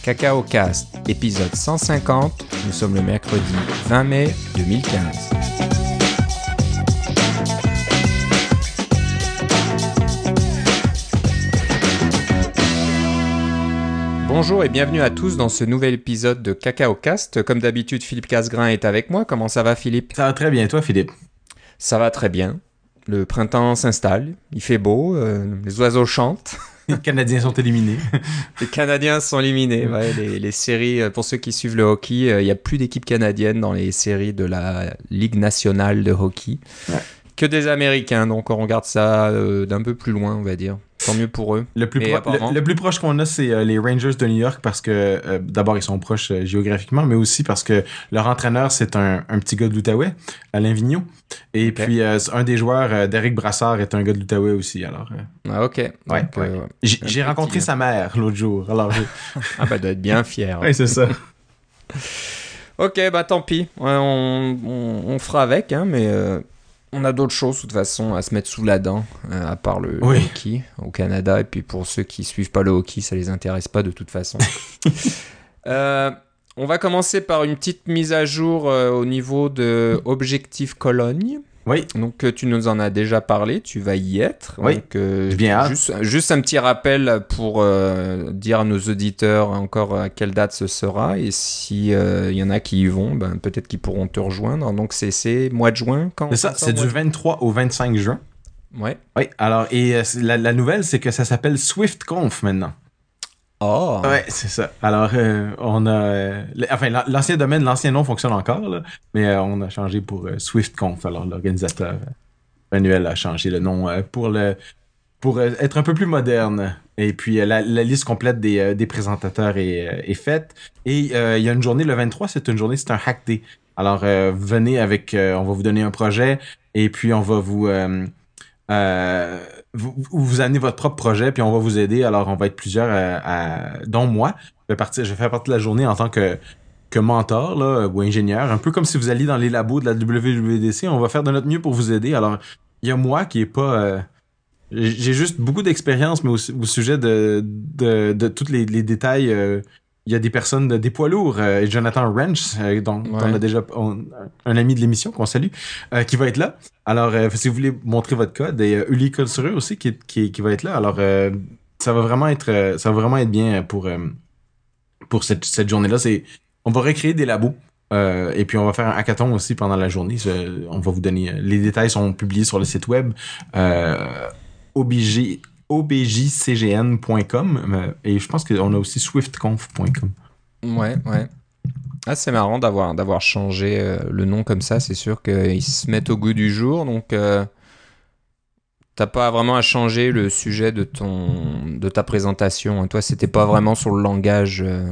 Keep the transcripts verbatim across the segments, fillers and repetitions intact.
Cacao Cast, épisode cent cinquante. Nous sommes le mercredi vingt mai deux mille quinze. Bonjour et bienvenue à tous dans ce nouvel épisode de Cacao Cast. Comme d'habitude, Philippe Casgrain est avec moi. Comment ça va, Philippe ? Ça va très bien, toi, Philippe ? Ça va très bien. Le printemps s'installe, il fait beau, euh, les oiseaux chantent. Les Canadiens sont éliminés. Les Canadiens sont éliminés. Ouais, les, les séries, pour ceux qui suivent le hockey, il n'y a plus d'équipe canadienne dans les séries de la Ligue nationale de hockey. Ouais. Que des Américains, donc on regarde ça euh, d'un peu plus loin, on va dire. Tant mieux pour eux. Le plus, pro- apparemment... le, le plus proche qu'on a, c'est euh, les Rangers de New York parce que, euh, d'abord, ils sont proches euh, géographiquement, mais aussi parce que leur entraîneur, c'est un, un petit gars de l'Outaouais, Alain Vigneault. Et okay. puis, euh, un des joueurs, euh, Derek Brassard, est un gars de l'Outaouais aussi. Alors, euh... Ah, ok. Ouais, donc, ouais. Euh, j'ai j'ai rencontré sa mère l'autre jour. Alors, j'ai... ah, bah, doit être bien fier. Oui, c'est ça. Ok, bah, tant pis. Ouais, on, on, on fera avec, hein, mais. Euh... On a d'autres choses, de toute façon, à se mettre sous la dent, euh, à part le, oui. le hockey au Canada. Et puis, pour ceux qui ne suivent pas le hockey, ça ne les intéresse pas de toute façon. euh, on va commencer par une petite mise à jour euh, au niveau de Objectif Cologne. Oui. Donc, euh, tu nous en as déjà parlé, tu vas y être. Oui, donc, euh, bien juste, juste un petit rappel pour euh, dire à nos auditeurs encore à quelle date ce sera. Et s'il euh, y en a qui y vont, ben, peut-être qu'ils pourront te rejoindre. Donc, c'est, c'est mois de juin quand c'est ça, c'est du vingt-trois au vingt-cinq juin. Ouais. Oui, alors, et euh, la, la nouvelle, c'est que ça s'appelle SwiftConf maintenant. Oh! Ouais, c'est ça. Alors, euh, on a... Euh, enfin, l'ancien domaine, l'ancien nom fonctionne encore, là, mais euh, on a changé pour euh, SwiftConf. Alors, l'organisateur euh, Manuel a changé le nom euh, pour le pour euh, être un peu plus moderne. Et puis, euh, la, la liste complète des, euh, des présentateurs est, euh, est faite. Et euh, il y a une journée, le vingt-trois, c'est une journée, c'est un hack day. Alors, euh, venez avec... Euh, on va vous donner un projet et puis on va vous... Euh, Euh, vous, vous amenez votre propre projet puis on va vous aider. Alors on va être plusieurs à, à, dont moi je vais partir je vais faire partie de la journée en tant que que mentor là, ou ingénieur, un peu comme si vous alliez dans les labos de la W W D C. On va faire de notre mieux pour vous aider. Alors il y a moi qui est pas euh, j'ai juste beaucoup d'expérience, mais au, au sujet de de, de tous les, les détails. euh, Il y a des personnes, des poids lourds, euh, Jonathan Wrench, euh, dont, ouais. dont on a déjà on, un ami de l'émission qu'on salue, euh, qui va être là. Alors, euh, si vous voulez montrer votre code, et euh, Uli Kulsureux aussi qui, qui, qui va être là. Alors, euh, ça va vraiment être, euh, ça va vraiment être bien pour euh, pour cette, cette journée-là. C'est, on va recréer des labos. Euh, et puis on va faire un hackathon aussi pendant la journée. On va vous donner les détails sont publiés sur le site web euh, O B G. o b j c g n point com et je pense qu'on a aussi swiftconf point com. Ouais, ouais. Ah, c'est marrant d'avoir, d'avoir changé euh, le nom comme ça. C'est sûr qu'ils se mettent au goût du jour. Donc, euh, t'as pas vraiment à changer le sujet de, ton, de ta présentation. Toi, c'était pas vraiment sur le langage euh,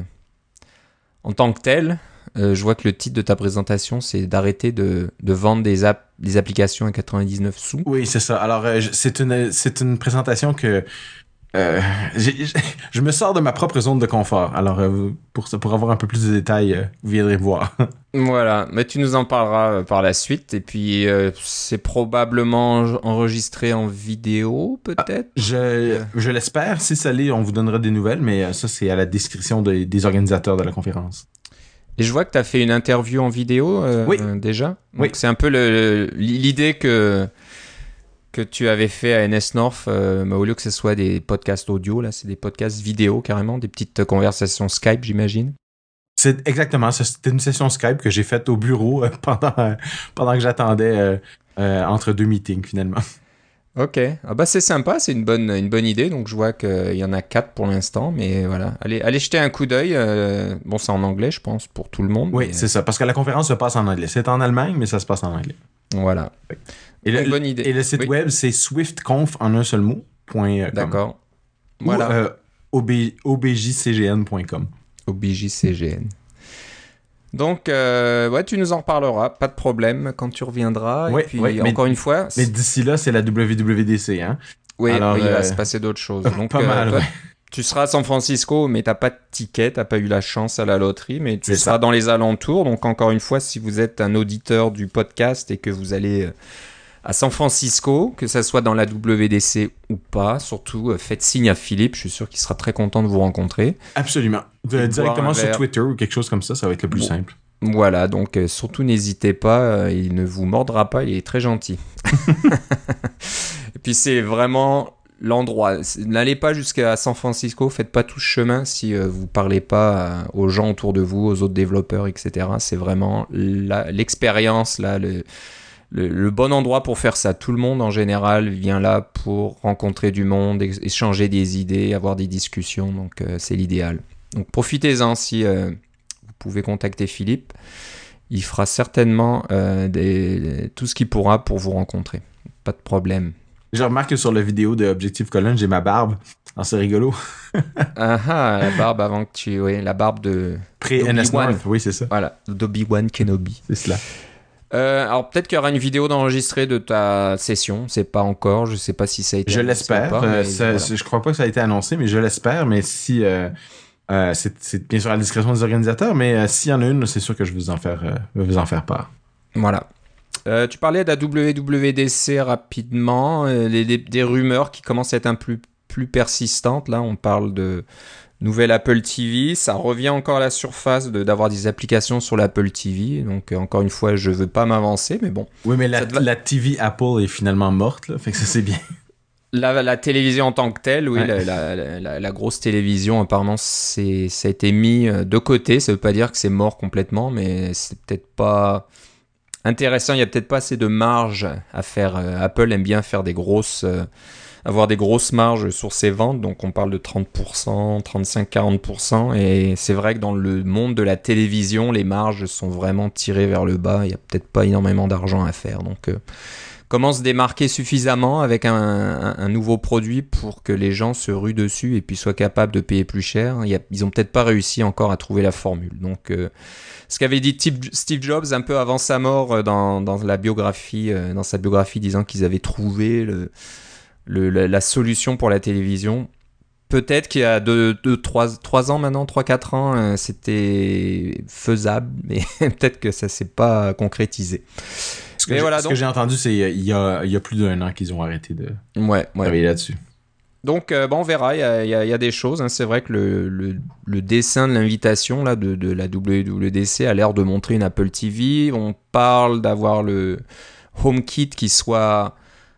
en tant que tel. Euh, je vois que le titre de ta présentation, c'est d'arrêter de, de vendre des, app, des applications à quatre-vingt-dix-neuf sous. Oui, c'est ça. Alors, euh, c'est une, c'est une présentation que euh, j'ai, je me sors de ma propre zone de confort. Alors, euh, pour, pour avoir un peu plus de détails, euh, vous viendrez voir. Voilà, mais tu nous en parleras par la suite. Et puis, euh, c'est probablement enregistré en vidéo, peut-être ah, Je, je l'espère. Si ça l'est, on vous donnera des nouvelles, mais ça, c'est à la discrétion de, des organisateurs de la conférence. Et je vois que tu as fait une interview en vidéo euh, oui. euh, déjà. Donc oui. C'est un peu le, l'idée que, que tu avais fait à N S North, euh, mais au lieu que ce soit des podcasts audio, là, c'est des podcasts vidéo carrément, des petites conversations Skype, j'imagine. C'est exactement ça. C'était une session Skype que j'ai faite au bureau euh, pendant, euh, pendant que j'attendais euh, euh, entre deux meetings finalement. Ok, ah bah c'est sympa, c'est une bonne, une bonne idée. Donc je vois qu'il y en a quatre pour l'instant, mais voilà, allez, allez jeter un coup d'œil. Euh, bon, c'est en anglais, je pense, pour tout le monde. Oui, mais... c'est ça, parce que la conférence se passe en anglais. C'est en Allemagne, mais ça se passe en anglais. Voilà. Oui. Et, le, bonne idée. Et le site oui. web, c'est swiftconf en un seul mot. Point, D'accord. Ou, voilà. Euh, o b j c g n point com. O B J C G N. Donc, euh, ouais, tu nous en reparleras, pas de problème, quand tu reviendras. Oui, et puis, oui, encore mais, une fois... Mais d'ici là, c'est la W W D C, hein? Oui, Alors, oui il euh... va se passer d'autres choses. Donc, pas euh, mal, toi, ouais. Tu seras à San Francisco, mais t'as pas de ticket, t'as pas eu la chance à la loterie, mais tu c'est seras ça. dans les alentours. Donc, encore une fois, si vous êtes un auditeur du podcast et que vous allez à San Francisco, que ça soit dans la W D C ou pas, surtout, faites signe à Philippe, je suis sûr qu'il sera très content de vous rencontrer. Absolument. De, directement sur Twitter ou quelque chose comme ça, ça va être le plus bon. simple. Voilà, donc euh, surtout n'hésitez pas, euh, il ne vous mordra pas, il est très gentil. Et puis c'est vraiment l'endroit. N'allez pas jusqu'à San Francisco, faites pas tout ce chemin si euh, vous parlez pas euh, aux gens autour de vous, aux autres développeurs, et cetera. C'est vraiment la, l'expérience, là, le, le, le bon endroit pour faire ça. Tout le monde en général vient là pour rencontrer du monde, échanger des idées, avoir des discussions, donc euh, c'est l'idéal. Donc profitez-en si euh, vous pouvez contacter Philippe. Il fera certainement euh, des, tout ce qu'il pourra pour vous rencontrer. Pas de problème. Je remarque que sur la vidéo de Objective Colon, j'ai ma barbe. Ah, c'est rigolo. Ah ah, la barbe avant que tu... Oui, la barbe de... Pré-N S North, oui, c'est ça. Voilà, d'Obi-Wan Kenobi. C'est cela. Euh, alors peut-être qu'il y aura une vidéo d'enregistrée de ta session, c'est pas encore, je sais pas si ça a été je l'espère, pas, euh, ça, voilà. Je crois pas que ça a été annoncé, mais je l'espère, mais si euh, euh, c'est, c'est bien sûr à la discrétion des organisateurs, mais euh, s'il y en a une, c'est sûr que je vais vous en faire, euh, vous en faire part. Voilà. Euh, tu parlais de la W W D C rapidement, euh, les, les, des rumeurs qui commencent à être un peu plus, plus persistantes, là on parle de nouvelle Apple T V, ça revient encore à la surface de, d'avoir des applications sur l'Apple T V, donc euh, encore une fois, je veux pas m'avancer, mais bon. Oui, mais la, va... la T V Apple est finalement morte, là, fait que ça c'est bien. La, la télévision en tant que telle, oui, ouais. la, la, la, la grosse télévision, apparemment, c'est, ça a été mis de côté, ça veut pas dire que c'est mort complètement, mais c'est peut-être pas intéressant, il y a peut-être pas assez de marge à faire. Apple aime bien faire des grosses... Euh, avoir des grosses marges sur ses ventes, donc on parle de trente pour cent, trente-cinq à quarante pour cent, et c'est vrai que dans le monde de la télévision, les marges sont vraiment tirées vers le bas, il n'y a peut-être pas énormément d'argent à faire, donc euh, comment se démarquer suffisamment avec un, un, un nouveau produit pour que les gens se ruent dessus et puis soient capables de payer plus cher. Il y a, ils n'ont peut-être pas réussi encore à trouver la formule, donc euh, ce qu'avait dit Steve Jobs un peu avant sa mort dans, dans, la biographie, euh, dans sa biographie, disant qu'ils avaient trouvé le Le, la, la solution pour la télévision. Peut-être qu'il y a deux, deux, trois, trois ans maintenant, trois, quatre ans, euh, c'était faisable, mais peut-être que ça ne s'est pas concrétisé. Ce que, voilà, ce donc... que j'ai entendu, c'est qu'il y a, il y a plus d'un an qu'ils ont arrêté de ouais, ouais. travailler là-dessus. Donc, euh, bon, on verra, il y a, il y a, il y a des choses. Hein. C'est vrai que le, le, le dessin de l'invitation là, de, de la W W D C a l'air de montrer une Apple T V. On parle d'avoir le HomeKit qui soit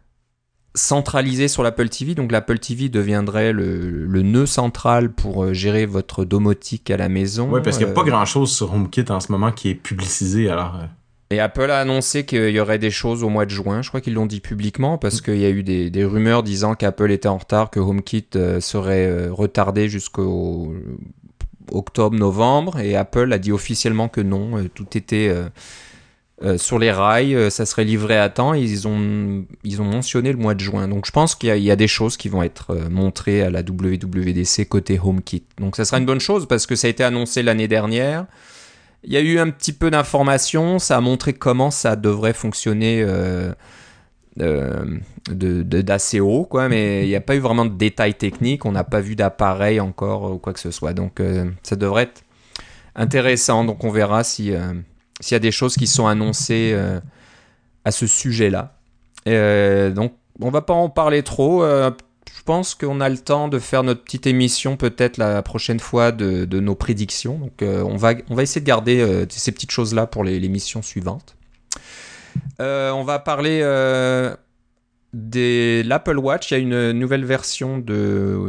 centralisé sur l'Apple T V, donc l'Apple T V deviendrait le, le nœud central pour gérer votre domotique à la maison. Oui, parce qu'il n'y a euh... pas grand-chose sur HomeKit en ce moment qui est publicisé, alors... Et Apple a annoncé qu'il y aurait des choses au mois de juin, je crois qu'ils l'ont dit publiquement, parce qu'il y a eu des, des rumeurs disant qu'Apple était en retard, que HomeKit euh, serait euh, retardé jusqu'au octobre-novembre, et Apple a dit officiellement que non, euh, tout était... Euh, Euh, sur les rails, euh, ça serait livré à temps. Ils ont, ils ont mentionné le mois de juin. Donc je pense qu'il y a, il y a des choses qui vont être euh, montrées à la W W D C côté HomeKit. Donc ça sera une bonne chose parce que ça a été annoncé l'année dernière. Il y a eu un petit peu d'informations. Ça a montré comment ça devrait fonctionner euh, euh, de, de, d'assez haut, quoi. Mais il n'y a pas eu vraiment de détails techniques. On n'a pas vu d'appareil encore ou quoi que ce soit. Donc euh, ça devrait être intéressant. Donc on verra si... Euh, s'il y a des choses qui sont annoncées euh, à ce sujet-là. Euh, donc, on ne va pas en parler trop. Euh, je pense qu'on a le temps de faire notre petite émission peut-être la prochaine fois de, de nos prédictions. Donc, euh, on, va, on va essayer de garder euh, ces petites choses-là pour les, l'émission suivante. Euh, on va parler euh, de l'Apple Watch. Il y a une nouvelle version de...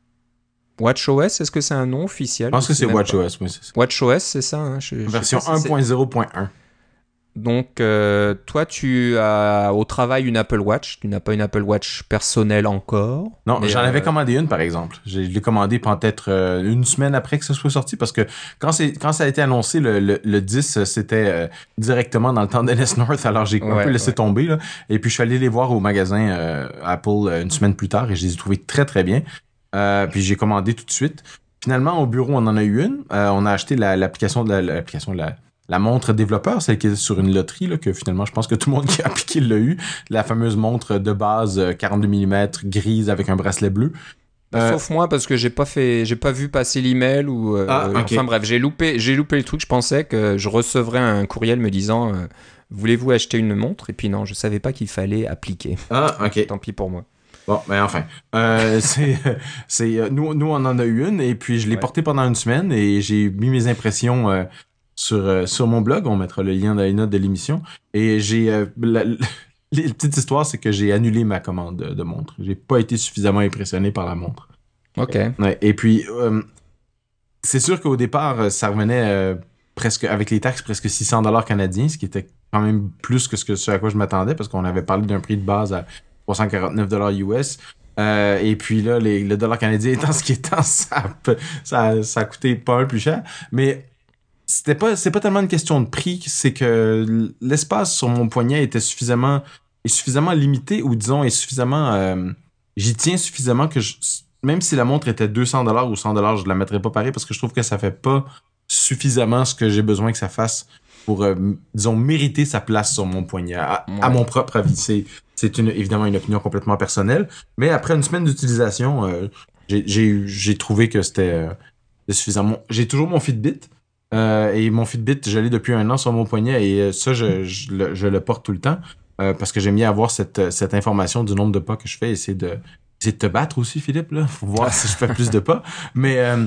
WatchOS, est-ce que c'est un nom officiel? Je pense que c'est WatchOS, oui, c'est ça. WatchOS, c'est ça, hein? je, Version je un point zéro point un. Donc, euh, toi, tu as au travail une Apple Watch. Tu n'as pas une Apple Watch personnelle encore. Non, j'en euh... avais commandé une, par exemple. Je l'ai commandé peut-être euh, une semaine après que ça soit sorti, parce que quand, c'est, quand ça a été annoncé, le, le, le dix, c'était euh, directement dans le temps d'N S North, alors j'ai ouais, un peu laissé ouais. tomber. Là. Et puis, je suis allé les voir au magasin euh, Apple euh, une semaine plus tard, et je les ai trouvés très, très bien. Euh, puis j'ai commandé tout de suite. Finalement, au bureau, on en a eu une. Euh, on a acheté la, l'application de la, l'application de la, la montre développeur, celle qui est sur une loterie, là, que finalement, je pense que tout le monde qui a appliqué l'a eu. La fameuse montre de base quarante-deux millimètres grise avec un bracelet bleu. Euh... Sauf moi, parce que j'ai pas fait, j'ai pas vu passer l'email ou. Euh, ah, okay. Enfin bref, j'ai loupé, j'ai loupé le truc. Je pensais que je recevrais un courriel me disant euh, voulez-vous acheter une montre? Et puis non, je savais pas qu'il fallait appliquer. Ah, ok. Tant pis pour moi. Bon, ben enfin. Euh, c'est, c'est, euh, nous, nous, on en a eu une, et puis je l'ai Ouais. portée pendant une semaine, et j'ai mis mes impressions euh, sur, euh, sur mon blog. On mettra le lien dans les notes de l'émission. Et j'ai... euh, la, la petite histoire, c'est que j'ai annulé ma commande de, de montre. J'ai pas été suffisamment impressionné par la montre. Ok. Ouais, et puis, euh, c'est sûr qu'au départ, ça revenait euh, presque, avec les taxes, presque six cents dollars canadiens, ce qui était quand même plus que ce, que ce à quoi je m'attendais, parce qu'on avait parlé d'un prix de base à trois cent quarante-neuf dollars U S. Euh, et puis là, les, le dollar canadien étant ce qui étant, ça, ça, ça a coûté pas mal plus cher. Mais c'était pas, c'est pas tellement une question de prix, c'est que l'espace sur mon poignet était suffisamment, est suffisamment limité, ou disons, est suffisamment, euh, j'y tiens suffisamment que je, même si la montre était deux cents dollars ou cent dollars, je la mettrais pas pareil, parce que je trouve que ça fait pas suffisamment ce que j'ai besoin que ça fasse pour, euh, disons, mériter sa place sur mon poignet. À, Ouais. à mon propre avis, c'est, c'est une, évidemment une opinion complètement personnelle, mais après une semaine d'utilisation, euh, j'ai, j'ai, j'ai trouvé que c'était, euh, c'était suffisamment. J'ai toujours mon Fitbit. Euh, et mon Fitbit, je l'ai depuis un an sur mon poignet, et ça, je, je, le, je le porte tout le temps, euh, parce que j'aime bien avoir cette, cette information du nombre de pas que je fais. Essayer de, essayer de te battre aussi, Philippe, là, pour voir si je fais plus de pas. Mais euh,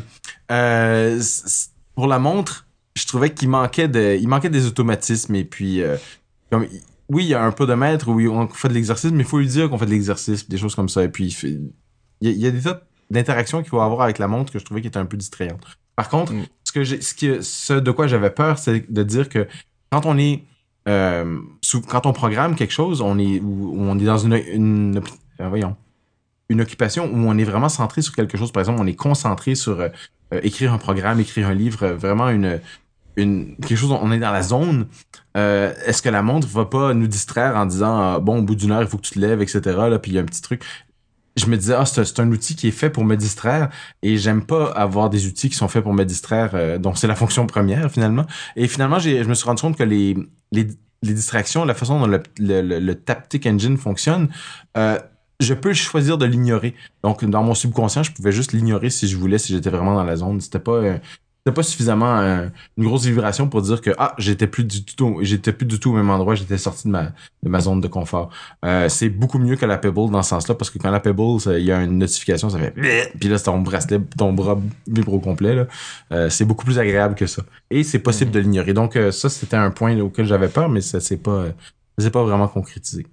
euh, pour la montre, je trouvais qu'il manquait de, il manquait des automatismes. Et puis, euh, comme, oui, il y a un peu de mètre, oui, on fait de l'exercice, mais il faut lui dire qu'on fait de l'exercice, des choses comme ça. Et puis, il, fait, il, y, a, il y a des tas d'interactions qu'il faut avoir avec la montre que je trouvais qui étaient un peu distrayantes. Par contre, mm. ce que j'ai, ce, qui, ce de quoi j'avais peur, c'est de dire que quand on est, euh, sous, quand on programme quelque chose, on est, ou, ou on est dans une, une, euh, voyons, une occupation où on est vraiment centré sur quelque chose. Par exemple, on est concentré sur euh, écrire un programme, écrire un livre, vraiment une, une quelque chose, on est dans la zone. Euh, est-ce que la montre va pas nous distraire en disant, bon, au bout d'une heure, il faut que tu te lèves, et cetera. Là, puis il y a un petit truc. Je me disais, ah, c'est, c'est un outil qui est fait pour me distraire, et j'aime pas avoir des outils qui sont faits pour me distraire, euh, donc c'est la fonction première, finalement. Et finalement, j'ai, je me suis rendu compte que les, les, les distractions, la façon dont le, le, le, le Taptic Engine fonctionne, euh, je peux choisir de l'ignorer. Donc, dans mon subconscient, je pouvais juste l'ignorer si je voulais, si j'étais vraiment dans la zone. C'était pas... Euh, C'était pas suffisamment euh, une grosse vibration pour dire que ah j'étais plus du tout j'étais plus du tout au même endroit, j'étais sorti de ma de ma zone de confort. Euh, c'est beaucoup mieux que la Pebble dans ce sens-là, parce que quand la Pebble il y a une notification, ça fait puis là c'est ton bracelet, ton bras vibre au complet là. Euh, c'est beaucoup plus agréable que ça. Et c'est possible mm-hmm. de l'ignorer. Donc euh, ça c'était un point auquel j'avais peur, mais ça c'est pas euh, c'est pas vraiment concrétisé.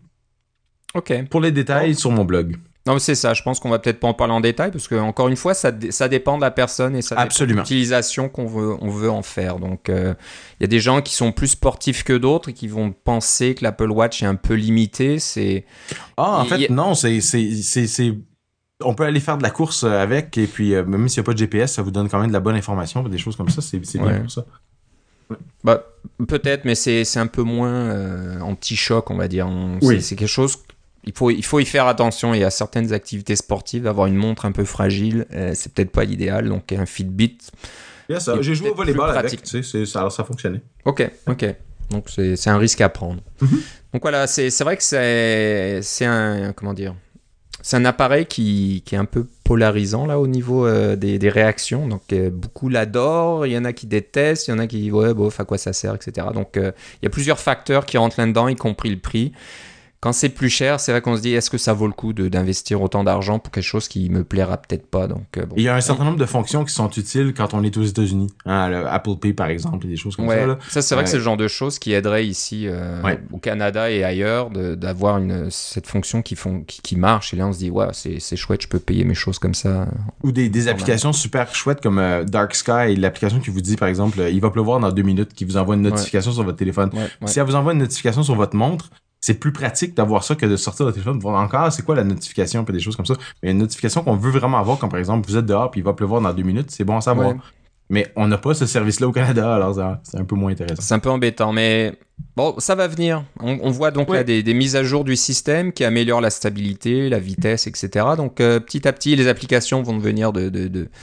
Ok. Pour les détails oh. sur mon blog. Non, mais c'est ça. Je pense qu'on va peut-être pas en parler en détail, parce que encore une fois, ça, ça dépend de la personne et ça dépend de l'utilisation qu'on veut, on veut en faire. Donc, il euh, y a des gens qui sont plus sportifs que d'autres et qui vont penser que l'Apple Watch est un peu limité. C'est ah, en il, fait, il... non, c'est, c'est, c'est, c'est, on peut aller faire de la course avec, et puis euh, même s'il n'y a pas de G P S, ça vous donne quand même de la bonne information, des choses comme ça. C'est, c'est ouais. bien pour ça. Ouais. Bah, peut-être, mais c'est, c'est un peu moins euh, anti-choc, on va dire. On, oui. c'est, c'est quelque chose. Il faut, il faut y faire attention. Il y a certaines activités sportives, avoir une montre un peu fragile, euh, c'est peut-être pas l'idéal. Donc un Fitbit. Yeah, ça. J'ai joué au volleyball avec, tu sais, c'est, ça, alors ça fonctionnait. Ok, ok. Donc c'est, c'est un risque à prendre. Mm-hmm. Donc voilà, c'est, c'est vrai que c'est, c'est un, comment dire, c'est un appareil qui, qui est un peu polarisant là au niveau euh, des, des réactions. Donc euh, beaucoup l'adorent, il y en a qui détestent, il y en a qui disent ouais, bof, à quoi ça sert, et cetera. Donc euh, il y a plusieurs facteurs qui rentrent là-dedans, y compris le prix. Quand c'est plus cher, c'est vrai qu'on se dit, est-ce que ça vaut le coup de, d'investir autant d'argent pour quelque chose qui me plaira peut-être pas. Donc, euh, bon. Il y a un certain nombre de fonctions qui sont utiles quand on est aux États-Unis. Hein, le Apple Pay, par exemple, et des choses comme ouais, ça. Là. Ça, c'est vrai euh... que c'est le genre de choses qui aiderait ici, euh, ouais. au Canada et ailleurs, de, d'avoir une, cette fonction qui, font, qui, qui marche. Et là, on se dit, ouais, c'est, c'est chouette, je peux payer mes choses comme ça. Ou des, des applications super chouettes comme euh, Dark Sky, l'application qui vous dit, par exemple, il va pleuvoir dans deux minutes, qui vous envoie une notification ouais. sur votre téléphone. Ouais, ouais. Si elle vous envoie une notification sur votre montre, c'est plus pratique d'avoir ça que de sortir le téléphone, de voir encore c'est quoi la notification, puis des choses comme ça. Mais une notification qu'on veut vraiment avoir, comme par exemple, vous êtes dehors puis il va pleuvoir dans deux minutes, c'est bon à savoir. Ouais. Mais on n'a pas ce service-là au Canada, alors c'est un peu moins intéressant. C'est un peu embêtant, mais bon, ça va venir. On, on voit donc ouais. là des, des mises à jour du système qui améliorent la stabilité, la vitesse, et cetera. Donc euh, petit à petit, les applications vont devenir de... de, de...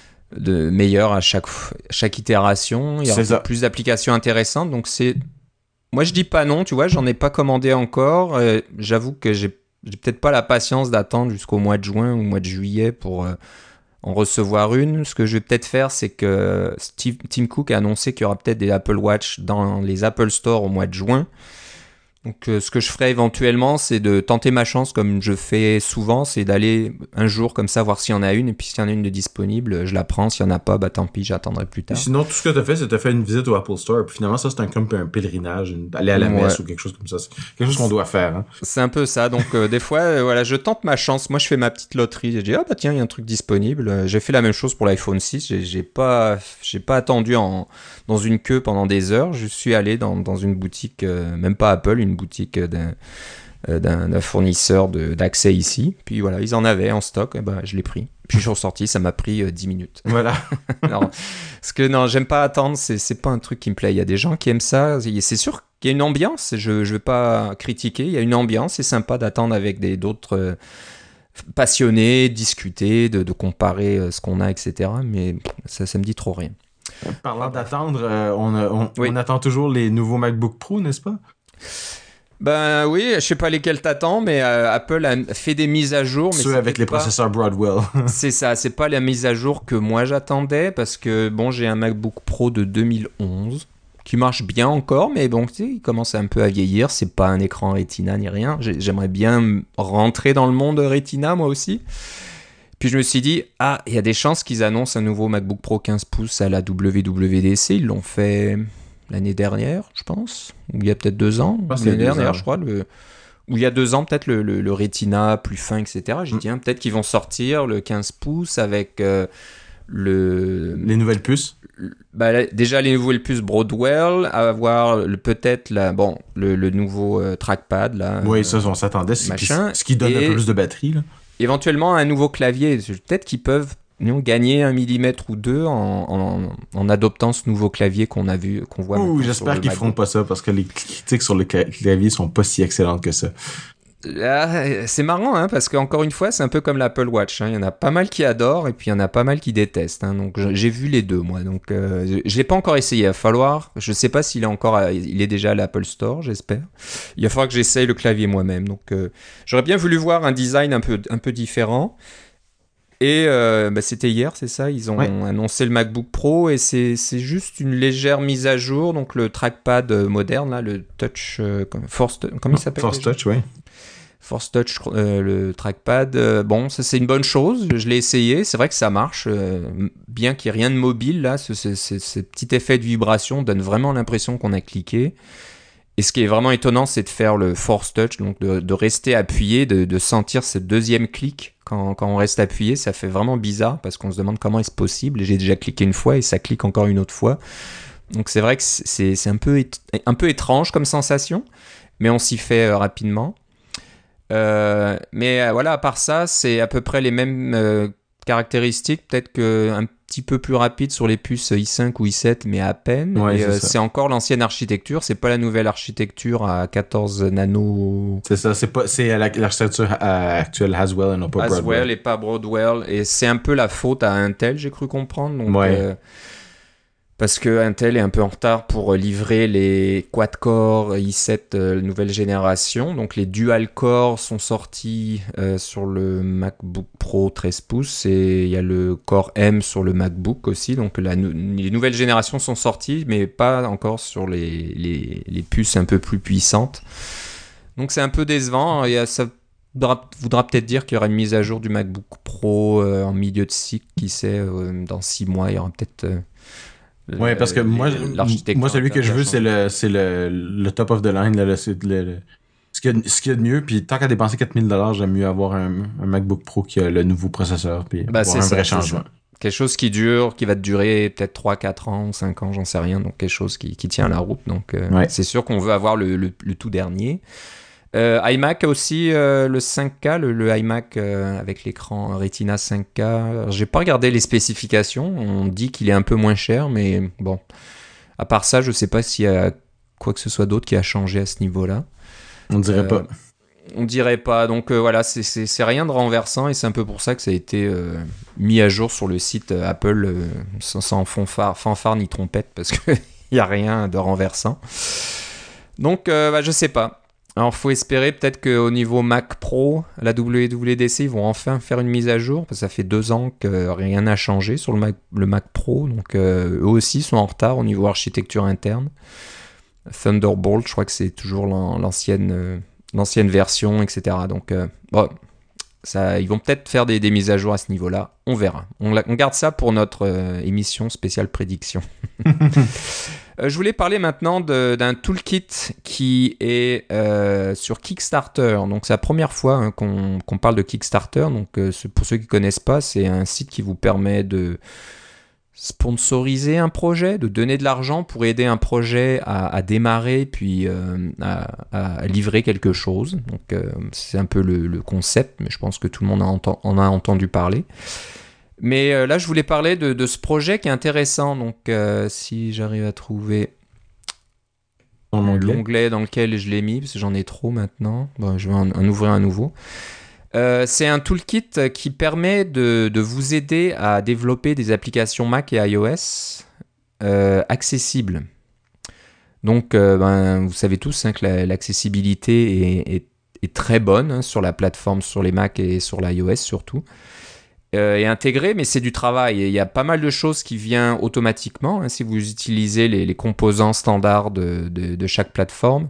de meilleures à chaque, chaque itération. Il y aura plus d'applications intéressantes, donc c'est... Moi, je dis pas non, tu vois, j'en ai pas commandé encore. Euh, j'avoue que j'ai, j'ai peut-être pas la patience d'attendre jusqu'au mois de juin ou mois de juillet pour euh, en recevoir une. Ce que je vais peut-être faire, c'est que Steve, Tim Cook a annoncé qu'il y aura peut-être des Apple Watch dans les Apple Store au mois de juin. Donc euh, ce que je ferais éventuellement, c'est de tenter ma chance comme je fais souvent, c'est d'aller un jour comme ça voir s'il y en a une, et puis s'il y en a une de disponible, je la prends, s'il n'y en a pas, bah tant pis, j'attendrai plus Et tard. sinon, tout ce que t'as fait, c'est t'as fait une visite au Apple Store, puis finalement, ça, c'est un, comme un pèlerinage, une- aller à la Ouais. messe ou quelque chose comme ça. C'est quelque chose qu'on doit faire, hein. C'est un peu ça, donc euh, des fois, euh, voilà, je tente ma chance. Moi, je fais ma petite loterie. J'ai dit, ah bah tiens, il y a un truc disponible. Euh, J'ai fait la même chose pour l'iPhone six. J'ai j'ai pas, j'ai pas attendu en, dans une queue pendant des heures. Je suis allé dans, dans une boutique, euh, même pas Apple, une boutique euh, d'un euh, d'un d'un fournisseur de- d'accès ici. Puis voilà, ils en avaient en stock. Et ben, je l'ai pris. Puis je suis ressorti. Ça m'a pris euh, dix minutes. Voilà. Non, parce que non, j'aime pas attendre, c'est c'est pas un truc qui me plaît. Il y a des gens qui aiment ça, c'est sûr qu'il y a une ambiance, je, je vais pas critiquer, il y a une ambiance, c'est sympa d'attendre avec des d'autres euh, passionnés, discuter, de, de comparer euh, ce qu'on a, et cetera. Mais ça, ça me dit trop rien. Parlant d'attendre, euh, on, a- on, Oui. on attend toujours les nouveaux MacBook Pro, n'est-ce pas? Ben oui, je sais pas lesquels t'attends, mais euh, Apple a fait des mises à jour. Mais Ceux c'est avec les pas- processeurs Broadwell. C'est ça, c'est pas la mise à jour que moi j'attendais, parce que bon, j'ai un MacBook Pro de deux mille onze qui marche bien encore, mais bon, tu sais, il commence un peu à vieillir. C'est pas un écran Retina ni rien. J'ai- J'aimerais bien rentrer dans le monde Retina moi aussi. Puis je me suis dit, ah, il y a des chances qu'ils annoncent un nouveau MacBook Pro quinze pouces à la W W D C. Ils l'ont fait l'année dernière, je pense, ou il y a peut-être deux ans. pense Ou qu'il y a L'année deux dernière, ans. je crois, le... ou il y a deux ans, peut-être le, le- le Retina plus fin, et cetera. J'ai Mm. dit, hein, peut-être qu'ils vont sortir le quinze pouces avec euh, le... Les nouvelles puces. Bah, là, déjà les nouveaux puces Broadwell, avoir le- peut-être la, bon, le, le nouveau euh, trackpad, là, Oui, euh, ça, on s'attendait. C'est machin. ce qui donne Et- un peu plus de batterie, là. éventuellement un nouveau clavier. Peut-être qu'ils peuvent non, gagner un millimètre ou deux en, en, en adoptant ce nouveau clavier qu'on a vu, qu'on voit. Ouh, maintenant sur j'espère le qu'ils MacBook. feront pas ça parce que les critiques sur le cla- clavier sont pas si excellentes que ça. Ah, c'est marrant, hein, parce qu'encore une fois, c'est un peu comme l'Apple Watch. Hein. Il y en a pas mal qui adorent et puis il y en a pas mal qui détestent. Hein. Donc je- j'ai vu les deux, moi. Donc euh, je l'ai pas encore essayé. Il va falloir. Je sais pas s'il est encore. à- il est déjà à l'Apple Store, j'espère. Il va falloir que j'essaye le clavier moi-même. Donc euh, j'aurais bien voulu voir un design un peu un peu différent. Et euh, bah, c'était hier, c'est ça. Ils ont Ouais. annoncé le MacBook Pro et c'est c'est juste une légère mise à jour. Donc le trackpad euh, moderne là, le Touch, euh, comme- Force, comment il s'appelle Force déjà Touch, oui. Force Touch, euh, le trackpad, euh, bon, ça c'est une bonne chose. Je, je l'ai essayé, c'est vrai que ça marche, euh, bien qu'il n'y ait rien de mobile là. Ce, ce- ce- ce petit effet de vibration donne vraiment l'impression qu'on a cliqué. Et ce qui est vraiment étonnant, c'est de faire le Force Touch, donc de, de rester appuyé, de, de sentir ce deuxième clic quand, quand on reste appuyé. Ça fait vraiment bizarre parce qu'on se demande comment est-ce possible. Et j'ai déjà cliqué une fois et ça clique encore une autre fois. Donc c'est vrai que c'est c'est un peu, ét- un peu étrange comme sensation, mais on s'y fait euh, rapidement. Euh, mais euh, voilà, à part ça, c'est à peu près les mêmes euh, caractéristiques, peut-être qu'un petit peu plus rapide sur les puces i cinq ou i sept, mais à peine. Ouais, Et c'est euh, ça. c'est encore l'ancienne architecture, c'est pas la nouvelle architecture à quatorze nano C'est ça, c'est pas, c'est la- l'architecture euh, actuelle Haswell et non pas Haswell Broadwell. et pas Broadwell. Et c'est un peu la faute à Intel, j'ai cru comprendre. Donc, Ouais. euh, parce que Intel est un peu en retard pour livrer les quad-core i sept euh, nouvelle génération. Donc les dual-core sont sortis euh, sur le MacBook Pro treize pouces et il y a le Core M sur le MacBook aussi. Donc la nou- les nouvelles générations sont sorties, mais pas encore sur les, les, les puces un peu plus puissantes. Donc c'est un peu décevant. Et ça voudra, voudra peut-être dire qu'il y aura une mise à jour du MacBook Pro euh, en milieu de cycle. Qui sait, euh, dans six mois, il y aura peut-être... euh, Ouais, parce que euh, moi, l'architecture moi celui que je interne veux, qui a c'est changé. le, c'est le, le top of the line, là, le, c'est le- le- ce qu'il y a, ce qu'il y a de mieux. Puis tant qu'à dépenser quatre mille dollars, j'aime mieux avoir un, un MacBook Pro qui a le nouveau processeur, puis Bah, avoir c'est un ça, vrai c'est changement. ça. Quelque chose qui dure, qui va te durer peut-être trois quatre ans, ou cinq ans, j'en sais rien. Donc quelque chose qui, qui tient la route. Donc euh, Ouais. c'est sûr qu'on veut avoir le, le, le tout dernier. Euh, iMac aussi, euh, le cinq K, le, le iMac euh, avec l'écran Retina cinq K. Alors, j'ai pas regardé les spécifications. On dit qu'il est un peu moins cher, mais bon. À part ça, je sais pas s'il y a quoi que ce soit d'autre qui a changé à ce niveau-là. On dirait Euh, pas. On dirait pas. Donc euh, voilà, c'est- c'est c'est rien de renversant et c'est un peu pour ça que ça a été euh, mis à jour sur le site euh, Apple euh, sans, sans fanfare, fanfare ni trompette parce qu'il n'y a rien de renversant. Donc euh, bah, je sais pas. Alors faut espérer peut-être qu'au niveau Mac Pro, la W W D C, ils vont enfin faire une mise à jour parce que ça fait deux ans que rien n'a changé sur le Mac, le Mac Pro. Donc euh, eux aussi sont en retard au niveau architecture interne. Thunderbolt, je crois que c'est toujours l'an- l'ancienne, euh, l'ancienne version, et cetera. Donc, euh, bon, ça, ils vont peut-être faire des, des mises à jour à ce niveau-là. On verra. On, la- on garde ça pour notre euh, émission spéciale prédiction. Euh, je voulais parler maintenant de- d'un toolkit qui est euh, sur Kickstarter. Donc, c'est la première fois hein, qu'on qu'on parle de Kickstarter. Donc, euh, c'est- pour ceux qui ne connaissent pas, c'est un site qui vous permet de sponsoriser un projet, de donner de l'argent pour aider un projet à, à démarrer puis euh, à, à livrer quelque chose. Donc, euh, c'est un peu le, le concept, mais je pense que tout le monde en, entend- en a entendu parler. Mais euh, là, je voulais parler de, de ce projet qui est intéressant. Donc, euh, si j'arrive à trouver Ton onglet. l'onglet dans lequel je l'ai mis, parce que j'en ai trop maintenant, bon, je vais en, en ouvrir un nouveau. Euh, c'est un toolkit qui permet de, de vous aider à développer des applications Mac et iOS euh, accessibles. Donc, euh, ben, vous savez tous hein, que la- l'accessibilité est, est- est très bonne hein, sur la plateforme, sur les Mac et sur l'iOS surtout. Euh, est intégré, mais c'est du travail. Et il y a pas mal de choses qui viennent automatiquement hein, si vous utilisez les, les composants standards de, de- de chaque plateforme.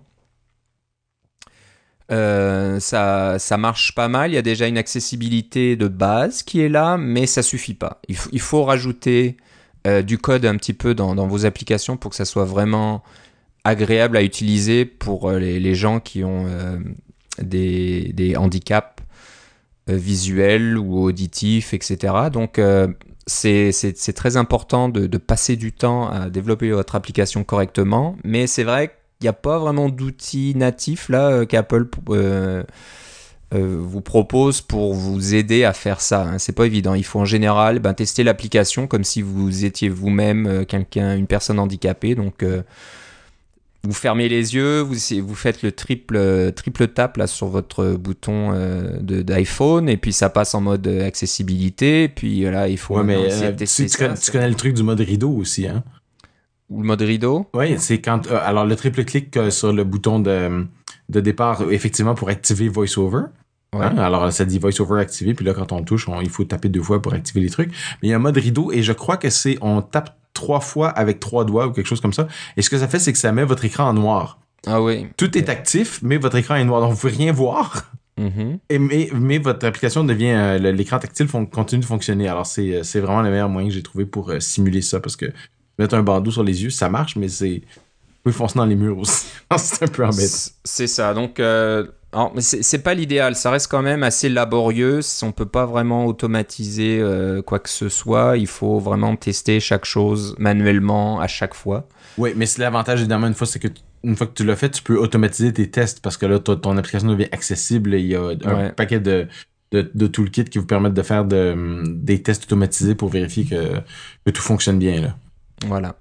Euh, ça, ça marche pas mal. Il y a déjà une accessibilité de base qui est là, mais ça suffit pas. Il, faut- il faut rajouter euh, du code un petit peu dans, dans vos applications pour que ça soit vraiment agréable à utiliser pour euh, les, les gens qui ont euh, des, des handicaps euh, visuels ou auditifs, et cetera. Donc, euh, c'est, c'est, c'est très important de, de passer du temps à développer votre application correctement, mais c'est vrai qu'il n'y a pas vraiment d'outils natifs là euh, qu'Apple euh, euh, vous propose pour vous aider à faire ça. Hein. C'est pas évident. Il faut en général ben, tester l'application comme si vous étiez vous-même euh, quelqu'un, une personne handicapée. Donc, euh, vous fermez les yeux, vous, vous faites le triple, triple tap là, sur votre bouton euh, de, d'iPhone et puis ça passe en mode accessibilité. Et puis là, il faut Ouais, mais essayer euh, de tu, tester tu ça. connais, tu connais le truc du mode rideau aussi, hein? Ou le mode rideau. Oui, c'est quand. euh, alors, le triple clic euh, sur le bouton de, de départ, effectivement, pour activer VoiceOver. Ouais. Hein? Alors, ça dit VoiceOver activé, puis là, quand on touche, on- il faut taper deux fois pour activer les trucs. Mais il y a un mode rideau, et je crois que c'est on tape trois fois avec trois doigts ou quelque chose comme ça. Et ce que ça fait, c'est que ça met votre écran en noir. Ah oui. Tout est actif, mais votre écran est noir, donc vous pouvez rien voir. Mm-hmm. Et, mais, mais votre application devient euh, le- l'écran tactile fon- continue de fonctionner. Alors c'est c'est vraiment le meilleur moyen que j'ai trouvé pour euh, simuler ça parce que mettre un bandeau sur les yeux, ça marche, mais c'est vous pouvez foncer dans les murs aussi. C'est un peu embêtant. C'est ça. Donc, euh, alors, mais c'est, c'est pas l'idéal. Ça reste quand même assez laborieux. On peut pas vraiment automatiser euh, quoi que ce soit. Il faut vraiment tester chaque chose manuellement à chaque fois. Oui, mais c'est l'avantage évidemment une fois, c'est que tu- une fois que tu l'as fait, tu peux automatiser tes tests parce que là, ton ton application devient accessible et il y a un Ouais. paquet de, de, de toolkits qui vous permettent de faire de, des tests automatisés pour vérifier que, que tout fonctionne bien. Là. Voilà.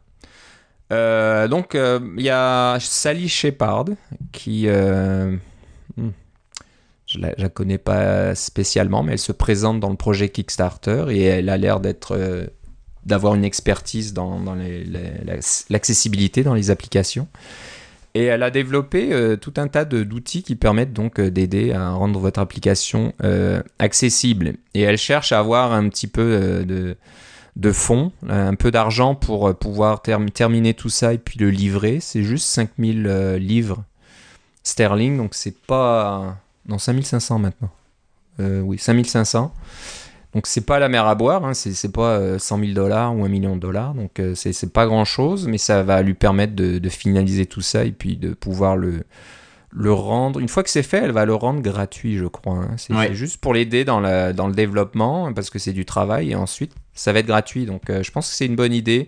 Euh, donc, il euh, y a Sally Shepard qui. Euh, hmm, je la, je la connais pas spécialement, mais elle se présente dans le projet Kickstarter et elle a l'air d'être. Euh, d'avoir une expertise dans, dans les, les, l'accessibilité dans les applications. Et elle a développé euh, tout un tas de, d'outils qui permettent donc euh, d'aider à rendre votre application euh, accessible. Et elle cherche à avoir un petit peu euh, de, de fonds, un peu d'argent pour euh, pouvoir term- terminer tout ça et puis le livrer. C'est juste cinq mille euh, livres sterling, donc c'est pas... Non, cinq mille cinq cents maintenant. Euh, oui, cinq mille cinq cents. Donc c'est pas la mer à boire, hein, c'est, c'est pas euh, cent mille dollars ou un million de dollars, donc euh, c'est, c'est pas grand chose, mais ça va lui permettre de, de finaliser tout ça et puis de pouvoir le, le rendre. Une fois que c'est fait, elle va le rendre gratuit, je crois. Hein. C'est, Ouais. c'est juste pour l'aider dans, la, dans le développement, parce que c'est du travail, et ensuite ça va être gratuit. Donc euh, je pense que c'est une bonne idée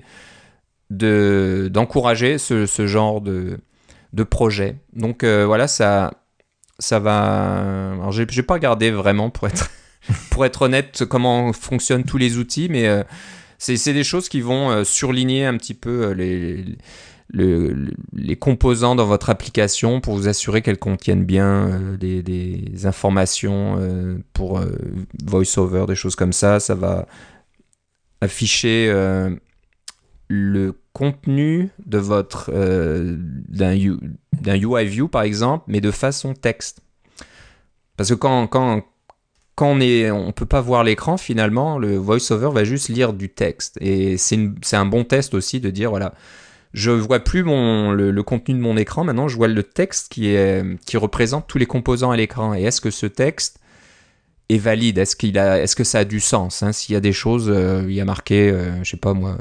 de, d'encourager ce, ce genre de, de projet. Donc euh, voilà, ça, ça va. Alors j'ai, j'ai pas regardé vraiment pour être. Pour être honnête, comment fonctionnent tous les outils, mais euh, c'est, c'est des choses qui vont euh, surligner un petit peu euh, les, les, les composants dans votre application pour vous assurer qu'elles contiennent bien euh, des, des informations euh, pour euh, VoiceOver, des choses comme ça. Ça va afficher euh, le contenu de votre euh, d'un, U, d'un U I View, par exemple, mais de façon texte. Parce que quand... quand Quand on est, on peut pas voir l'écran, finalement, le VoiceOver va juste lire du texte. Et c'est, une, c'est un bon test aussi de dire, voilà, je vois plus mon, le, le contenu de mon écran. Maintenant, je vois le texte qui, est, qui représente tous les composants à l'écran. Et est-ce que ce texte est valide? Est-ce qu'il a, est-ce que ça a du sens, hein? S'il y a des choses, euh, il y a marqué, euh, je sais pas moi,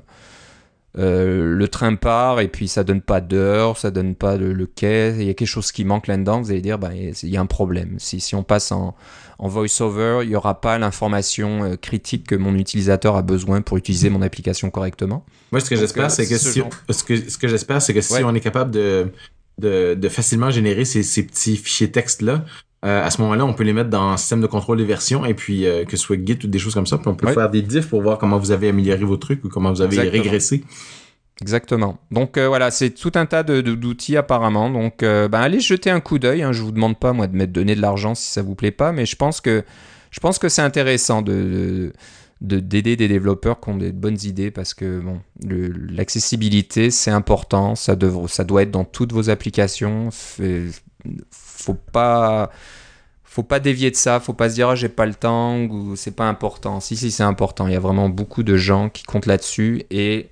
euh, le train part et puis ça donne pas d'heure, ça donne pas le, le quai, il y a quelque chose qui manque là-dedans, vous allez dire, bah, il y a un problème. Si, si on passe en, en voice-over, il n'y aura pas l'information euh, critique que mon utilisateur a besoin pour utiliser mon application correctement. Moi, ce que Donc, j'espère, euh, c'est que ce si, genre- ce que, ce que j'espère, c'est que si Ouais. on est capable de, de, de facilement générer ces, ces petits fichiers texte-là, euh, à ce moment-là, on peut les mettre dans un système de contrôle des versions et puis euh, que ce soit Git ou des choses comme ça, puis on peut Ouais. faire des diffs pour voir comment vous avez amélioré vos trucs ou comment vous avez Exactement. régressé. Exactement. Donc euh, voilà, c'est tout un tas de, de- d'outils apparemment. Donc euh, ben, allez jeter un coup d'œil. Hein. Je vous demande pas moi de mettre donner de l'argent si ça vous plaît pas, mais je pense que je pense que c'est intéressant de, de, de- d'aider des développeurs qui ont des bonnes idées parce que bon, le- l'accessibilité c'est important. Ça devra, ça doit être dans toutes vos applications. Fait- faut pas faut pas dévier de ça, faut pas se dire ah, j'ai pas le temps ou c'est pas important. Si si c'est important. Il y a vraiment beaucoup de gens qui comptent là-dessus et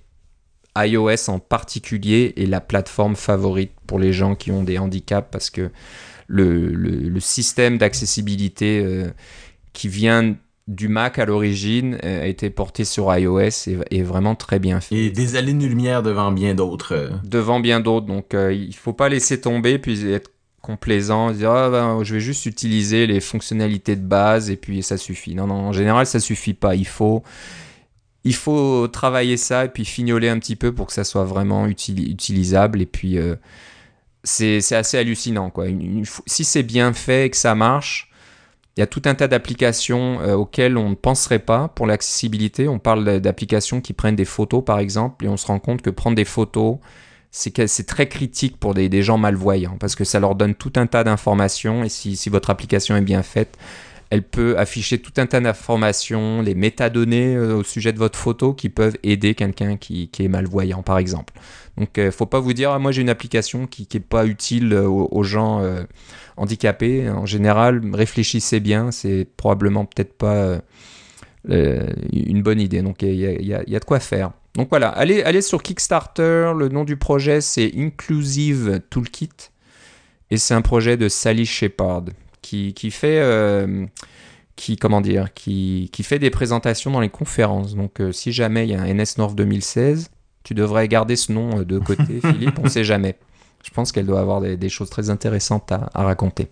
iOS en particulier est la plateforme favorite pour les gens qui ont des handicaps parce que le, le, le système d'accessibilité euh, qui vient du Mac à l'origine euh, a été porté sur iOS et est vraiment très bien fait. Et des années-lumière devant bien d'autres. euh. Devant bien d'autres, donc euh, il faut pas laisser tomber puis être complaisant, dire ah, ben, je vais juste utiliser les fonctionnalités de base et puis ça suffit. Non, non, en général ça suffit pas. Il faut Il faut travailler ça et puis fignoler un petit peu pour que ça soit vraiment utili- utilisable. Et puis, euh, c'est, c'est assez hallucinant, quoi. Une- une fo- si c'est bien fait et que ça marche, il y a tout un tas d'applications euh, auxquelles on ne penserait pas pour l'accessibilité. On parle d'applications qui prennent des photos, par exemple, et on se rend compte que prendre des photos, c'est, que- c'est très critique pour des, des gens malvoyants parce que ça leur donne tout un tas d'informations. Et si, si votre application est bien faite, elle peut afficher tout un tas d'informations, les métadonnées euh, au sujet de votre photo qui peuvent aider quelqu'un qui, qui est malvoyant, par exemple. Donc, il ne faut pas vous dire, ah, moi j'ai une application qui n'est pas utile euh, aux, aux gens euh, handicapés. En général, réfléchissez bien, c'est probablement peut-être pas euh, euh, une bonne idée. Donc, il y, y, y a de quoi faire. Donc voilà, allez, allez sur Kickstarter, le nom du projet c'est Inclusive Toolkit et c'est un projet de Sally Shepard. Qui, qui fait euh, qui comment dire qui, qui fait des présentations dans les conférences. Donc euh, si jamais il y a un N S North deux mille seize, tu devrais garder ce nom euh, de côté, Philippe. On ne sait jamais. Je pense qu'elle doit avoir des, des choses très intéressantes à, à raconter.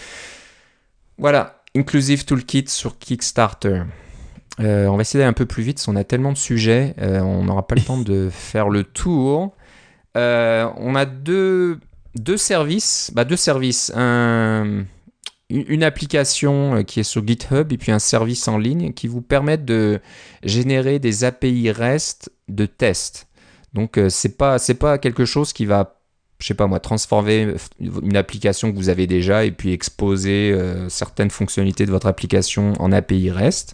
Voilà, Inclusive Toolkit sur Kickstarter. Euh, on va essayer d'aller un peu plus vite, parce qu'on a tellement de sujets, euh, on n'aura pas le temps de faire le tour. Euh, on a deux, deux services, bah deux services, un une application qui est sur GitHub et puis un service en ligne qui vous permettent de générer des A P I REST de tests. Donc euh, c'est pas c'est pas quelque chose qui va, je sais pas moi, transformer une application que vous avez déjà et puis exposer euh, certaines fonctionnalités de votre application en A P I REST.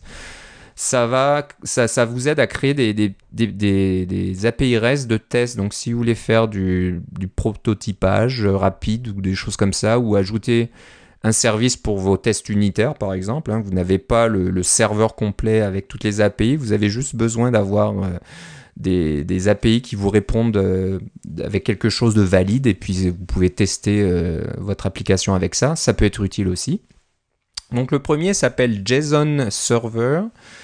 Ça va ça, ça vous aide à créer des, des, des, des, des A P I REST de tests. Donc si vous voulez faire du, du prototypage rapide ou des choses comme ça, ou ajouter un service pour vos tests unitaires, par exemple. Hein. Vous n'avez pas le, le serveur complet avec toutes les A P I. Vous avez juste besoin d'avoir euh, des, des A P I qui vous répondent euh, avec quelque chose de valide et puis vous pouvez tester euh, votre application avec ça. Ça peut être utile aussi. Donc le premier s'appelle JSON Server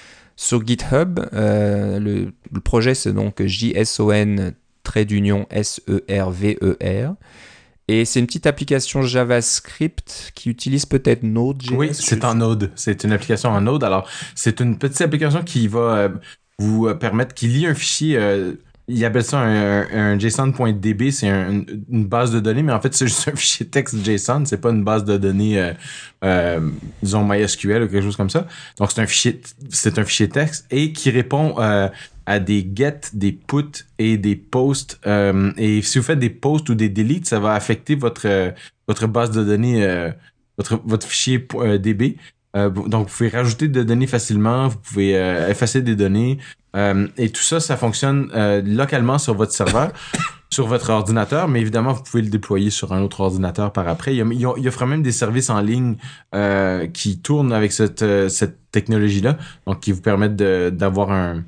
sur GitHub. Euh, le, le projet c'est donc J S O N trait d'union S E R V E R. Et c'est une petite application JavaScript qui utilise peut-être Node.js. Oui, c'est en Node. C'est une application en Node. Alors, c'est une petite application qui va euh, vous euh, permettre, qui lit un fichier, euh, il appelle ça un, un, un JSON.db, c'est un, une base de données, mais en fait, c'est juste un fichier texte JSON, c'est pas une base de données, euh, euh, disons MySQL ou quelque chose comme ça. Donc, c'est un fichier, c'est un fichier texte et qui répond euh, à des get, des put et des posts. Euh, et si vous faites des posts ou des deletes, ça va affecter votre euh, votre base de données, euh, votre votre fichier euh, D B. Euh, donc, vous pouvez rajouter des données facilement, vous pouvez euh, effacer des données. Euh, et tout ça, ça fonctionne euh, localement sur votre serveur, sur votre ordinateur, mais évidemment, vous pouvez le déployer sur un autre ordinateur par après. Il y a, il y a, il y a même des services en ligne euh, qui tournent avec cette, euh, cette technologie-là, donc qui vous permettent de, d'avoir un,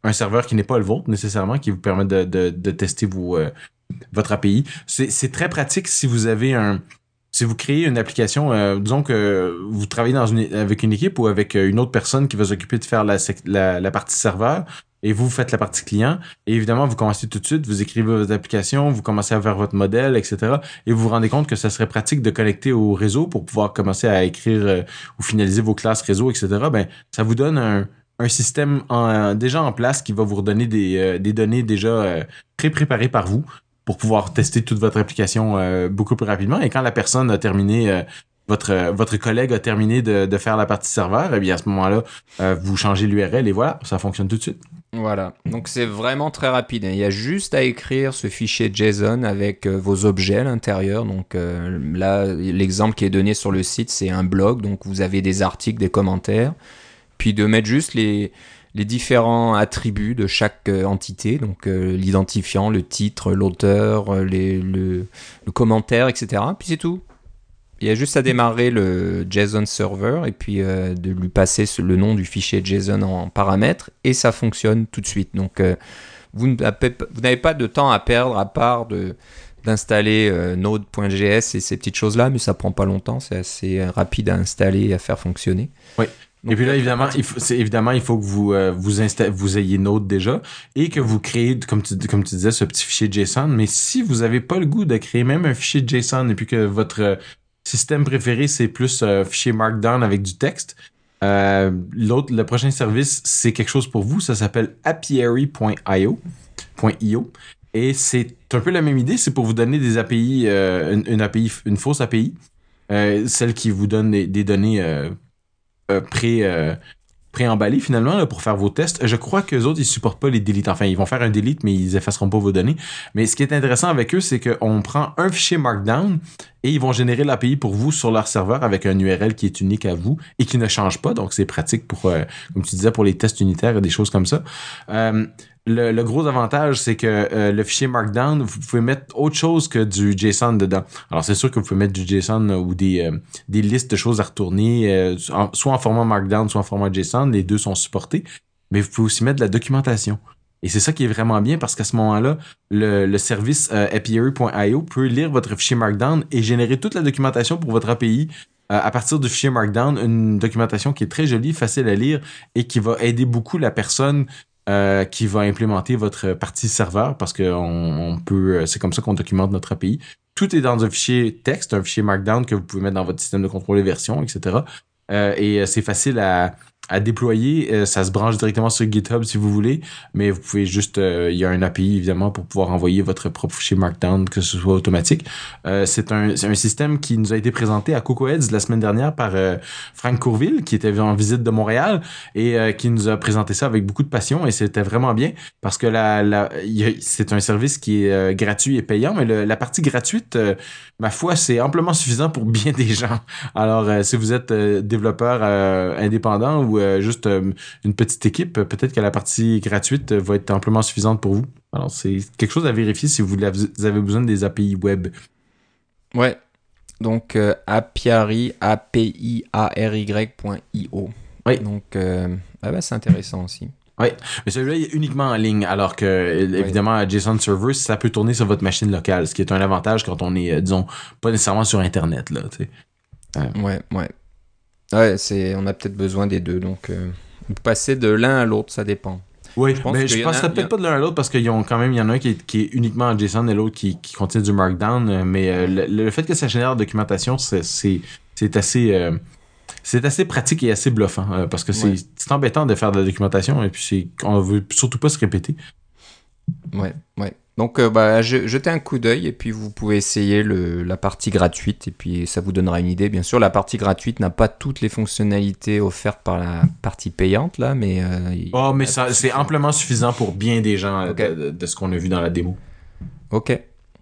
un serveur qui n'est pas le vôtre nécessairement, qui vous permet de, de, de tester vos, euh, votre A P I. C'est, c'est très pratique si vous avez un... Si vous créez une application, euh, disons que vous travaillez dans une, avec une équipe ou avec une autre personne qui va s'occuper de faire la, la, la partie serveur, et vous, vous faites la partie client, et évidemment, vous commencez tout de suite, vous écrivez votre application, vous commencez à faire votre modèle, et cetera. Et vous vous rendez compte que ça serait pratique de connecter au réseau pour pouvoir commencer à écrire euh, ou finaliser vos classes réseau, et cetera. Ben, ça vous donne un, un système en, déjà en place qui va vous redonner des, euh, des données déjà euh, pré-préparées par vous, pour pouvoir tester toute votre application euh, beaucoup plus rapidement. Et quand la personne a terminé, euh, votre euh, votre collègue a terminé de, de faire la partie serveur, et bien à ce moment-là, euh, vous changez l'U R L et voilà, ça fonctionne tout de suite. Voilà, donc c'est vraiment très rapide. Il y a juste à écrire ce fichier JSON avec euh, vos objets à l'intérieur. Donc euh, là, l'exemple qui est donné sur le site, c'est un blog. Donc vous avez des articles, des commentaires. Puis de mettre juste les... les différents attributs de chaque euh, entité, donc euh, l'identifiant, le titre, l'auteur, euh, les, le, le commentaire, et cetera. Puis c'est tout. Il y a juste à démarrer le JSON server et puis euh, de lui passer le nom du fichier JSON en paramètres et ça fonctionne tout de suite. Donc euh, vous n'avez pas de temps à perdre à part de, d'installer euh, Node.js et ces petites choses-là, mais ça prend pas longtemps, c'est assez rapide à installer et à faire fonctionner. Oui. Donc, et puis là, évidemment, il faut, c'est, évidemment, il faut que vous euh, vous, insta- vous ayez Node déjà et que vous créez, comme tu, comme tu disais, ce petit fichier JSON. Mais si vous n'avez pas le goût de créer même un fichier JSON et puis que votre euh, système préféré, c'est plus un euh, fichier Markdown avec du texte, euh, l'autre, le prochain service, c'est quelque chose pour vous. Ça s'appelle apiary point io. Et c'est un peu la même idée. C'est pour vous donner des A P I, euh, une, une A P I, une fausse A P I, euh, celle qui vous donne des, des données euh, Euh, pré euh, pré-emballé finalement là, pour faire vos tests. Je crois qu'eux autres, ils supportent pas les deletes. Enfin, ils vont faire un delete, mais ils effaceront pas vos données. Mais ce qui est intéressant avec eux, c'est qu'on prend un fichier Markdown et ils vont générer l'A P I pour vous sur leur serveur avec un U R L qui est unique à vous et qui ne change pas. Donc, c'est pratique pour, euh, comme tu disais, pour les tests unitaires et des choses comme ça. Euh, Le, le gros avantage, c'est que euh, le fichier Markdown, vous pouvez mettre autre chose que du JSON dedans. Alors, c'est sûr que vous pouvez mettre du JSON ou des, euh, des listes de choses à retourner, euh, en, soit en format Markdown, soit en format JSON. Les deux sont supportés. Mais vous pouvez aussi mettre de la documentation. Et c'est ça qui est vraiment bien parce qu'à ce moment-là, le, le service euh, apiary point io peut lire votre fichier Markdown et générer toute la documentation pour votre A P I euh, à partir du fichier Markdown. Une documentation qui est très jolie, facile à lire et qui va aider beaucoup la personne Euh, qui va implémenter votre partie serveur parce que on, on peut, c'est comme ça qu'on documente notre A P I. Tout est dans un fichier texte, un fichier Markdown que vous pouvez mettre dans votre système de contrôle des versions, et cetera. Euh, et c'est facile à, à déployer. Euh, ça se branche directement sur GitHub si vous voulez, mais vous pouvez juste, euh, il y a un A P I évidemment pour pouvoir envoyer votre propre fichier Markdown, que ce soit automatique. Euh, c'est un, c'est un système qui nous a été présenté à CocoaHeads la semaine dernière par euh, Frank Courville, qui était en visite de Montréal et euh, qui nous a présenté ça avec beaucoup de passion et c'était vraiment bien parce que la, la, y a, c'est un service qui est euh, gratuit et payant, mais le, la partie gratuite, euh, ma foi, c'est amplement suffisant pour bien des gens. Alors, euh, si vous êtes euh, développeur euh, indépendant ou euh, juste euh, une petite équipe, peut-être que la partie gratuite va être amplement suffisante pour vous. Alors, c'est quelque chose à vérifier si vous avez besoin des A P I web. Ouais. Donc, euh, apiary, A P I A R Y point I O. Oui. Donc, euh, ah ben, c'est intéressant aussi. Oui, mais celui-là il est uniquement en ligne, alors que, évidemment, oui. JSON Server, ça peut tourner sur votre machine locale, ce qui est un avantage quand on est, disons, pas nécessairement sur Internet, là, tu sais. Euh. Ouais, ouais. Ouais, c'est, on a peut-être besoin des deux, donc euh, passer de l'un à l'autre, ça dépend. Oui, je pense mais je penserais peut-être a... pas de l'un à l'autre parce qu'il y a quand même, il y en a un qui est, qui est uniquement en JSON et l'autre qui, qui contient du Markdown, mais euh, le, le fait que ça génère la documentation, c'est, c'est, c'est assez... Euh, c'est assez pratique et assez bluffant euh, parce que c'est, ouais. c'est embêtant de faire de la documentation et puis c'est, on veut surtout pas se répéter. Ouais, ouais. Donc, euh, bah, je, jetez un coup d'œil et puis vous pouvez essayer le, la partie gratuite et puis ça vous donnera une idée. Bien sûr, la partie gratuite n'a pas toutes les fonctionnalités offertes par la partie payante là, mais euh, oh, mais ça, c'est amplement suffisant pour bien des gens okay. de, de, de ce qu'on a vu dans la démo. Ok.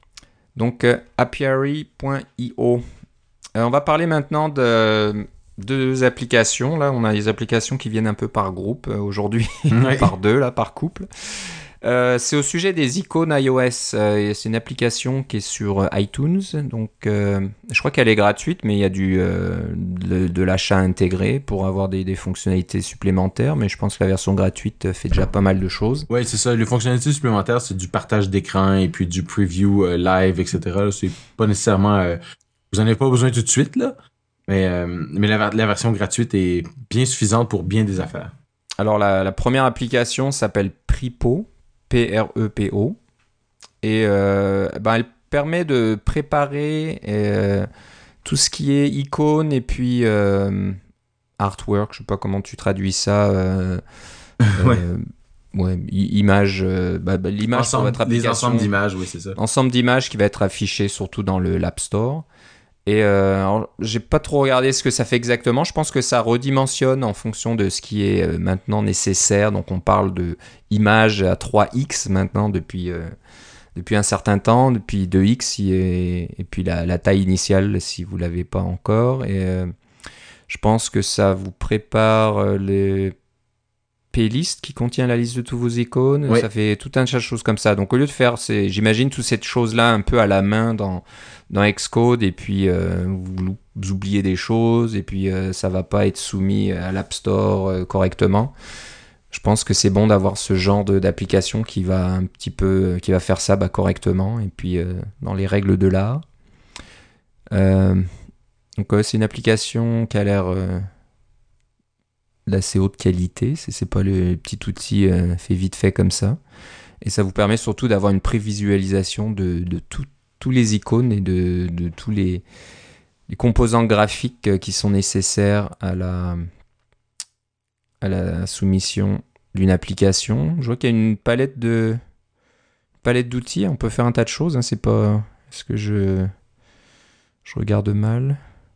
Donc, euh, apiary point I O. Euh, on va parler maintenant de deux applications. Là, on a les applications qui viennent un peu par groupe euh, aujourd'hui, ouais. par deux là, par couple. Euh, c'est au sujet des icônes iOS. Euh, c'est une application qui est sur iTunes. Donc, euh, je crois qu'elle est gratuite, mais il y a du, euh, de, de l'achat intégré pour avoir des, des fonctionnalités supplémentaires. Mais je pense que la version gratuite fait déjà pas mal de choses. Oui, c'est ça. Les fonctionnalités supplémentaires, c'est du partage d'écran et puis du preview euh, live, et cetera. C'est pas nécessairement... euh, vous en avez pas besoin tout de suite, là. Mais, euh, mais la, la version gratuite est bien suffisante pour bien des affaires. Alors, la, la première application s'appelle Prepo, P R E P O. Et euh, ben, elle permet de préparer euh, tout ce qui est icônes et puis euh, artwork, je sais pas comment tu traduis ça. Euh, ouais. euh, ouais, i- image, euh, bah, bah, l'image sur Ensemble, votre les application. ensembles d'images, oui, c'est ça. Ensemble d'images qui va être affiché surtout dans le l'App Store. Et euh, alors, j'ai pas trop regardé ce que ça fait exactement. Je pense que ça redimensionne en fonction de ce qui est euh, maintenant nécessaire. Donc on parle de images à trois x maintenant depuis, euh, depuis un certain temps, depuis deux x et, et puis la, la taille initiale si vous l'avez pas encore. Et euh, je pense que ça vous prépare euh, les playlist qui contient la liste de tous vos icônes. Oui. Ça fait tout un tas de choses comme ça. Donc au lieu de faire, c'est, j'imagine, toutes ces choses-là un peu à la main dans, dans Xcode et puis euh, vous, vous oubliez des choses et puis euh, ça va pas être soumis à l'App Store euh, correctement. Je pense que c'est bon d'avoir ce genre de, d'application qui va un petit peu, qui va faire ça bah, correctement et puis euh, dans les règles de l'art. Euh, donc euh, c'est une application qui a l'air euh, d'assez haute qualité, c'est, c'est pas le petit outil euh, fait vite fait comme ça. Et ça vous permet surtout d'avoir une prévisualisation de, de tout, tous les icônes et de, de tous les, les composants graphiques euh, qui sont nécessaires à la, à la soumission d'une application. Je vois qu'il y a une palette de palette d'outils, on peut faire un tas de choses, hein, c'est pas... Est-ce que je... Je regarde mal.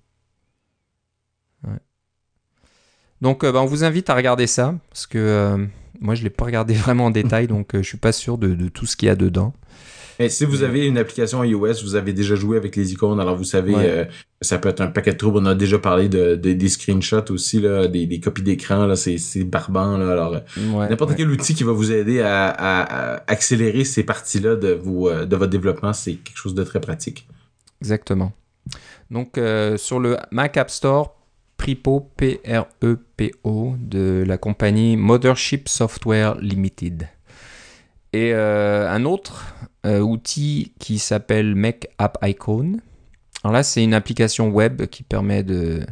Ouais. Donc, euh, bah, on vous invite à regarder ça, parce que euh, moi, je ne l'ai pas regardé vraiment en détail, donc euh, je ne suis pas sûr de, de tout ce qu'il y a dedans. Mais si vous avez une application iOS, vous avez déjà joué avec les icônes, alors vous savez, Ouais. euh, ça peut être un paquet de troubles. On a déjà parlé de, de- des screenshots aussi, là, des, des copies d'écran, là, c'est, c'est barbant. Là, alors, euh, Ouais, n'importe ouais. quel outil qui va vous aider à, à- à accélérer ces parties-là de, vos, euh, de votre développement, c'est quelque chose de très pratique. Exactement. Donc, euh, sur le Mac App Store, Prepo, P R E P O, de la compagnie Mothership Software Limited. Et euh, un autre euh, outil qui s'appelle Make App Icon. Alors là, c'est une application web qui permet de,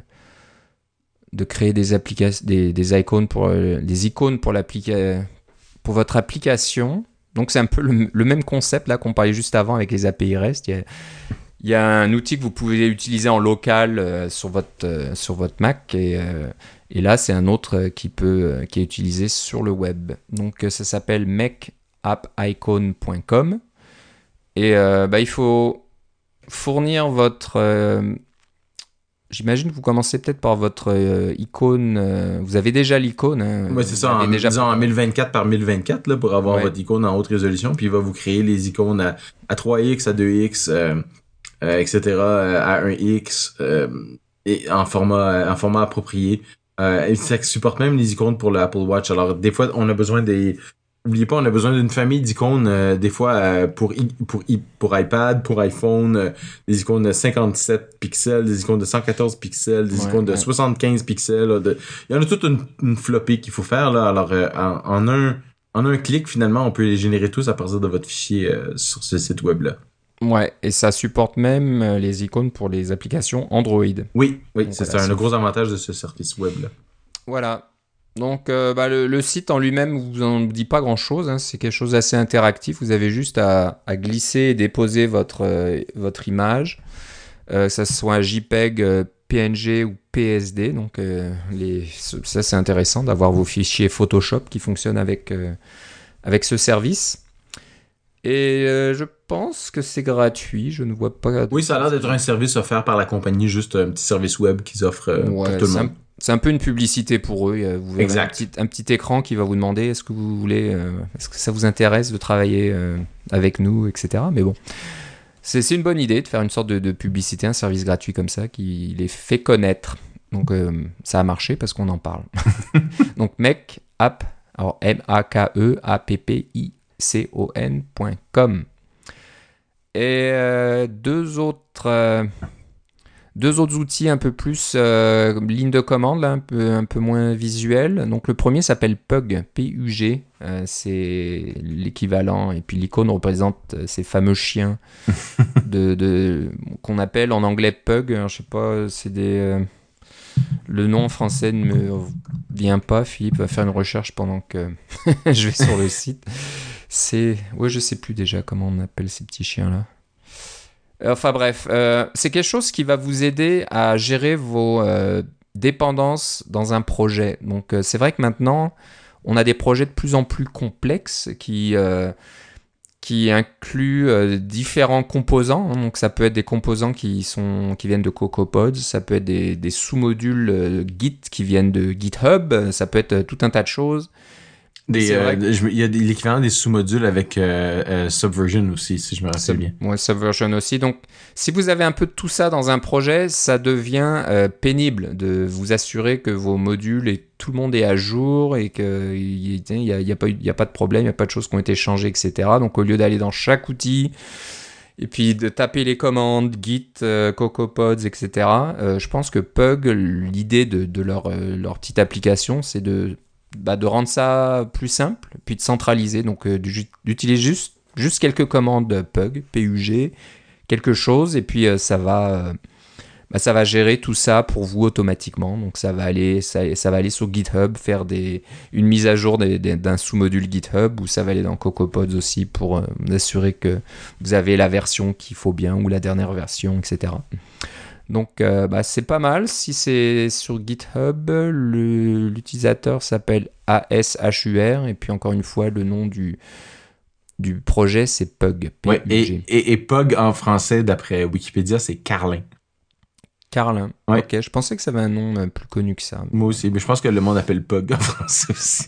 de créer des, applica- des, des, icônes pour, euh, des icônes pour, l'applica- pour votre application. Donc, c'est un peu le, le même concept là qu'on parlait juste avant avec les A P I REST. Il y a, il y a un outil que vous pouvez utiliser en local euh, sur, votre, euh, sur votre Mac. Et, euh, et là, c'est un autre euh, qui, peut, euh, qui est utilisé sur le web. Donc, euh, ça s'appelle Make app icon point com. Et euh, bah, il faut fournir votre... Euh, j'imagine que vous commencez peut-être par votre euh, icône. Euh, vous avez déjà l'icône. Hein, Oui, c'est ça, en, déjà... disons en mille vingt-quatre par mille vingt-quatre là, pour avoir ouais. votre icône en haute résolution, puis il va vous créer les icônes à, à trois x, à deux x, euh, euh, et cetera, à un x, euh, et en format, en format approprié. Euh, et ça supporte même les icônes pour l'Apple Watch. Alors, des fois, on a besoin des... N'oubliez pas, on a besoin d'une famille d'icônes, euh, des fois, euh, pour, i- pour, i- pour iPad, pour iPhone, euh, des icônes de cinquante-sept pixels, des icônes de cent quatorze pixels, des Ouais, icônes de ouais. soixante-quinze pixels. Là, de... Il y en a toute une, une flopée qu'il faut faire. Là. Alors, euh, en, en, un, en un clic, finalement, on peut les générer tous à partir de votre fichier euh, sur ce site web-là. Ouais, et ça supporte même euh, les icônes pour les applications Android. Oui, oui, Donc c'est voilà, un, c'est- le gros avantage de ce service web-là. Voilà. Donc euh, bah, le, le site en lui-même vous en dit pas grand-chose. Hein. C'est quelque chose d'assez interactif. Vous avez juste à, à glisser et déposer votre, euh, votre image, euh, que ça soit un JPEG, euh, P N G ou P S D. Donc euh, les, ça c'est intéressant d'avoir vos fichiers Photoshop qui fonctionnent avec, euh, avec ce service. Et euh, je pense que c'est gratuit. Je ne vois pas. Oui, ça a l'air d'être un service offert par la compagnie, juste un petit service web qu'ils offrent euh, Ouais, pour tout le c'est monde. un, c'est un peu une publicité pour eux. Vous verrez Exact. Un, petit, un petit écran qui va vous demander est-ce que vous voulez, euh, est-ce que ça vous intéresse de travailler euh, avec nous, et cetera. Mais bon, c'est, c'est une bonne idée de faire une sorte de, de publicité, un service gratuit comme ça qui les fait connaître. Donc euh, ça a marché parce qu'on en parle. Donc Make App, alors M A K E A P P I C O N point com. Et euh, deux autres... Euh, Deux autres outils un peu plus euh, ligne de commande, là, un, peu, un peu moins visuel. Donc le premier s'appelle Pug, P U G. Euh, c'est l'équivalent, et puis l'icône représente ces fameux chiens de, de, qu'on appelle en anglais Pug. Alors, je sais pas, c'est des... Euh, le nom en français ne me vient pas. Philippe va faire une recherche pendant que je vais sur le site. C'est... Ouais, je sais plus déjà comment on appelle ces petits chiens-là. Enfin bref, euh, c'est quelque chose qui va vous aider à gérer vos euh, dépendances dans un projet. Donc euh, c'est vrai que maintenant, on a des projets de plus en plus complexes qui, euh, qui incluent euh, différents composants. Hein. Donc ça peut être des composants qui, sont, qui viennent de CocoaPods, ça peut être des, des sous-modules euh, Git qui viennent de GitHub, ça peut être euh, tout un tas de choses. Des, euh, il y a l'équivalent des sous-modules avec euh, euh, Subversion aussi, si je me rappelle Sub, bien. Ouais, Subversion aussi. Donc, si vous avez un peu de tout ça dans un projet, ça devient euh, pénible de vous assurer que vos modules et tout le monde est à jour et qu'il n'y a, y a, pas, y a pas de problème, il n'y a pas de choses qui ont été changées, et cetera. Donc, au lieu d'aller dans chaque outil et puis de taper les commandes Git, euh, CocoaPods, et cetera, euh, je pense que Pug, l'idée de, de leur, euh, leur petite application, c'est de... Bah, de rendre ça plus simple, puis de centraliser, donc euh, d'utiliser juste, juste quelques commandes Pug, P U G, quelque chose, et puis euh, ça, va, euh, bah, ça va gérer tout ça pour vous automatiquement. Donc ça va aller, ça, ça va aller sur GitHub, faire des, une mise à jour des, des, d'un sous-module GitHub, ou ça va aller dans CocoaPods aussi pour euh, assurer que vous avez la version qu'il faut bien, ou la dernière version, et cetera. Donc euh, bah, c'est pas mal. Si c'est sur GitHub, le, l'utilisateur s'appelle A S H U R et puis encore une fois le nom du, du projet c'est Pug. Ouais, et, et, et Pug en français d'après Wikipédia c'est Carlin. Carlin. Ouais. Ok, je pensais que ça avait un nom plus connu que ça. Moi aussi, mais je pense que le monde appelle Pug en français aussi.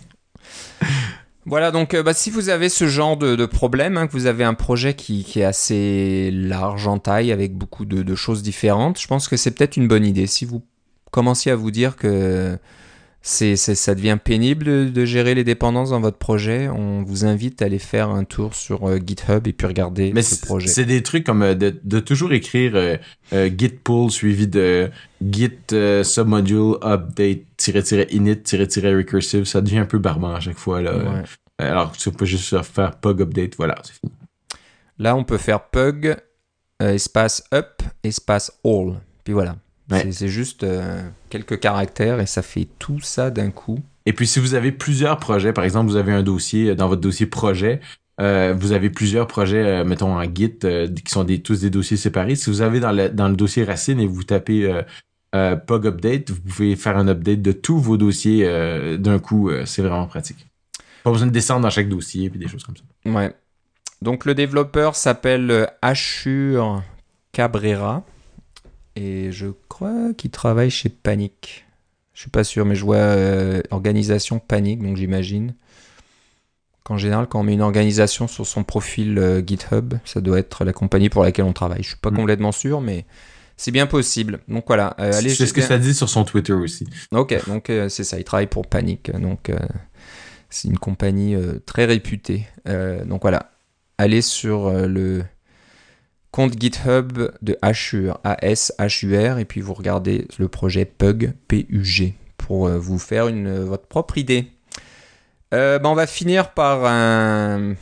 Voilà, donc euh, bah, si vous avez ce genre de, de problème, hein, que vous avez un projet qui, qui est assez large en taille avec beaucoup de, de choses différentes, je pense que c'est peut-être une bonne idée. Si vous commenciez à vous dire que c'est, c'est, ça devient pénible de, de gérer les dépendances dans votre projet, on vous invite à aller faire un tour sur euh, GitHub et puis regarder Mais ce c'est, projet. C'est des trucs comme euh, de, de toujours écrire euh, euh, git pull suivi de git euh, submodule update init recursive, ça devient un peu barbant à chaque fois là. Ouais. Alors tu peux juste faire pug update, voilà, c'est fini. Là, on peut faire pug euh, espace up espace all, puis voilà. Ouais. C'est, c'est juste euh, quelques caractères et ça fait tout ça d'un coup. Et puis si vous avez plusieurs projets, par exemple vous avez un dossier dans votre dossier projet, euh, vous avez plusieurs projets, euh, mettons en Git, euh, qui sont des, tous des dossiers séparés. Si vous avez dans le, dans le dossier racine et vous tapez euh, euh, pug update, vous pouvez faire un update de tous vos dossiers euh, d'un coup. Euh, c'est vraiment pratique. Pas besoin de descendre dans chaque dossier et des choses comme ça. Ouais. Donc le développeur s'appelle Ashur Cabrera et je crois qu'il travaille chez Panic. Je suis pas sûr, mais je vois euh, organisation Panic, donc j'imagine qu'en général, quand on met une organisation sur son profil euh, GitHub, ça doit être la compagnie pour laquelle on travaille. Je suis pas mmh. complètement sûr, mais c'est bien possible. Donc voilà. Euh, allez, c'est ce que ça dit sur son Twitter aussi. Ok, donc euh, c'est ça. Il travaille pour Panic, donc euh, c'est une compagnie euh, très réputée. Euh, donc voilà. Allez sur euh, le compte GitHub de Ashur, A S H U R, et puis vous regardez le projet Pug, P U G, pour euh, vous faire une, euh, votre propre idée. Euh, ben on va finir par un,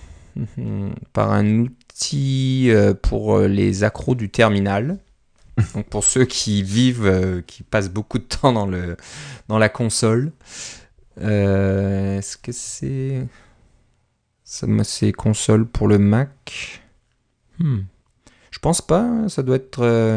par un outil euh, pour les accros du terminal. Donc pour ceux qui vivent, euh, qui passent beaucoup de temps dans, le, dans la console. Euh, est-ce que c'est... Ça, c'est console pour le Mac. Hmm. Je pense pas. Ça doit être. Euh...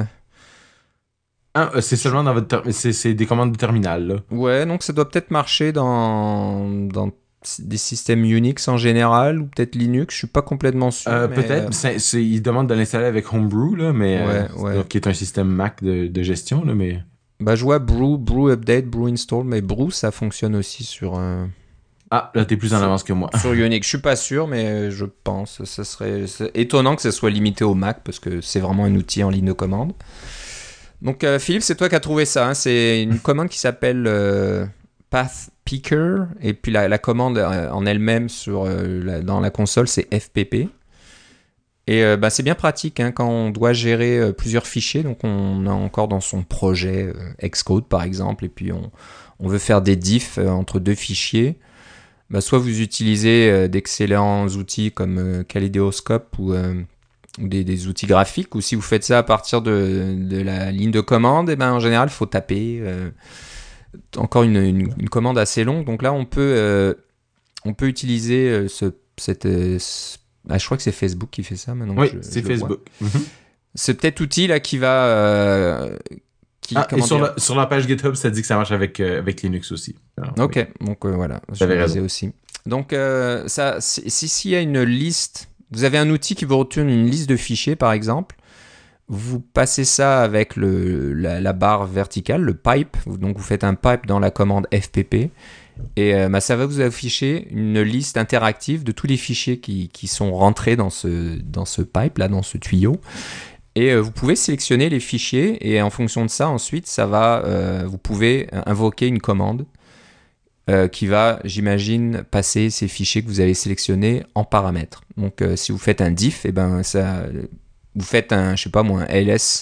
Ah, c'est seulement dans votre. Ter... C'est, c'est des commandes de terminal, là. Ouais, donc ça doit peut-être marcher dans, dans des systèmes Unix en général ou peut-être Linux. Je suis pas complètement sûr. Euh, mais... Peut-être. C'est, c'est, ils demandent de l'installer avec Homebrew, là, mais. Ouais, euh, ouais. Donc, qui est un système Mac de, de gestion, là, mais. Bah, je vois Brew, Brew Update, Brew Install, mais Brew, ça fonctionne aussi sur. Euh... Ah, là, t'es plus en avance que moi. Sur Unix, je suis pas sûr, mais je pense. Ce serait c'est étonnant que ce soit limité au Mac, parce que c'est vraiment un outil en ligne de commande. Donc, euh, Philippe, c'est toi qui as trouvé ça. Hein. C'est une commande qui s'appelle euh, Path Picker, et puis la, la commande en elle-même sur, euh, la, dans la console, c'est F P P. Et euh, bah, c'est bien pratique hein, quand on doit gérer euh, plusieurs fichiers. Donc on a encore dans son projet euh, Xcode par exemple, et puis on, on veut faire des diffs euh, entre deux fichiers. Bah, soit vous utilisez euh, d'excellents outils comme euh, Kaleidoscope ou, euh, ou des, des outils graphiques, ou si vous faites ça à partir de, de la ligne de commande, et ben en général il faut taper euh, encore une, une, une commande assez longue. Donc là on peut, euh, on peut utiliser euh, ce, cette, euh, ce, ah, je crois que c'est Facebook qui fait ça maintenant. Oui, je, c'est je Facebook. Mm-hmm. Ce petit outil là qui va euh, qui, ah, et sur dire... la, sur la page GitHub, ça dit que ça marche avec, euh, avec Linux aussi. Alors, ok, oui. donc euh, voilà, je T'avais le disais raison. aussi. Donc, euh, ça, si s'il y a une liste, vous avez un outil qui vous retourne une liste de fichiers, par exemple, vous passez ça avec le, la, la barre verticale, le pipe, donc vous faites un pipe dans la commande F P P, et euh, bah, ça va vous afficher une liste interactive de tous les fichiers qui, qui sont rentrés dans ce, dans ce pipe, là, dans ce tuyau. Et euh, vous pouvez sélectionner les fichiers, et en fonction de ça, ensuite, ça va, euh, vous pouvez invoquer une commande euh, qui va, j'imagine, passer ces fichiers que vous avez sélectionnés en paramètres. Donc, euh, si vous faites un diff, et ben, ça, vous faites un, je sais pas moi, un